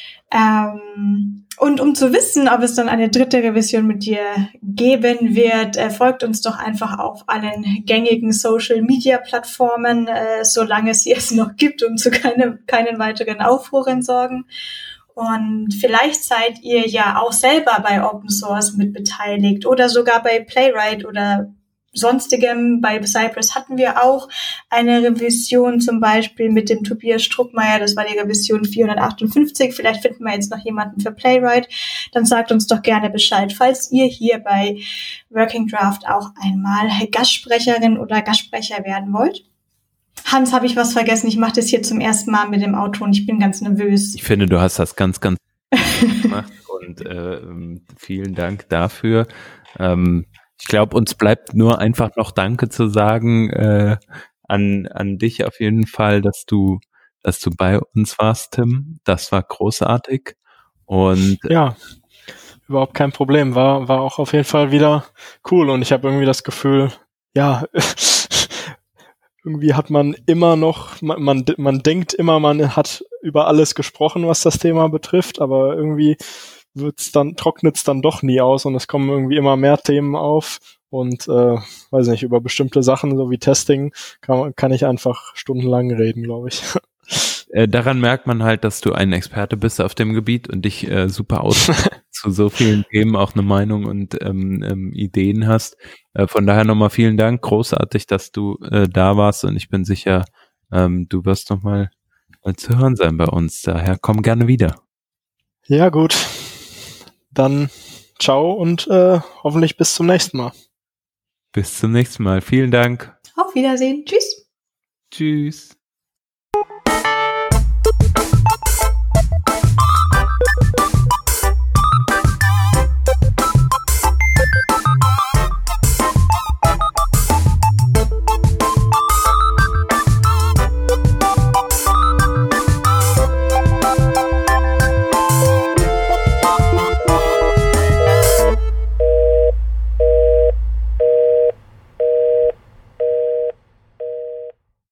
Und um zu wissen, ob es dann eine 3. Revision mit dir geben wird, folgt uns doch einfach auf allen gängigen Social-Media-Plattformen, solange es es noch gibt, um zu keinen weiteren Aufruhren sorgen. Und vielleicht seid ihr ja auch selber bei Open Source mit beteiligt oder sogar bei Playwright oder sonstigem. Bei Cypress hatten wir auch eine Revision zum Beispiel mit dem Tobias Struckmeier. Das war die Revision 458. Vielleicht finden wir jetzt noch jemanden für Playwright. Dann sagt uns doch gerne Bescheid, falls ihr hier bei Working Draft auch einmal Gastsprecherin oder Gastsprecher werden wollt. Hans, habe ich was vergessen? Ich mache das hier zum ersten Mal mit dem Auto und ich bin ganz nervös. Ich finde, du hast das ganz, ganz gut gemacht und vielen Dank dafür. Ich glaube, uns bleibt nur einfach noch Danke zu sagen an dich auf jeden Fall, dass du bei uns warst, Tim. Das war großartig. Und ja, überhaupt kein Problem. War auch auf jeden Fall wieder cool und ich habe irgendwie das Gefühl, irgendwie hat man immer noch, man denkt immer, man hat über alles gesprochen, was das Thema betrifft, aber irgendwie trocknet es dann doch nie aus und es kommen irgendwie immer mehr Themen auf und weiß nicht, über bestimmte Sachen, so wie Testing, kann ich einfach stundenlang reden, glaube ich. Daran merkt man halt, dass du ein Experte bist auf dem Gebiet und dich super zu so vielen Themen auch eine Meinung und Ideen hast. Von daher nochmal vielen Dank. Großartig, dass du da warst und ich bin sicher, du wirst nochmal zu hören sein bei uns. Daher komm gerne wieder. Ja, gut. Dann ciao und hoffentlich bis zum nächsten Mal. Bis zum nächsten Mal. Vielen Dank. Auf Wiedersehen. Tschüss. Tschüss.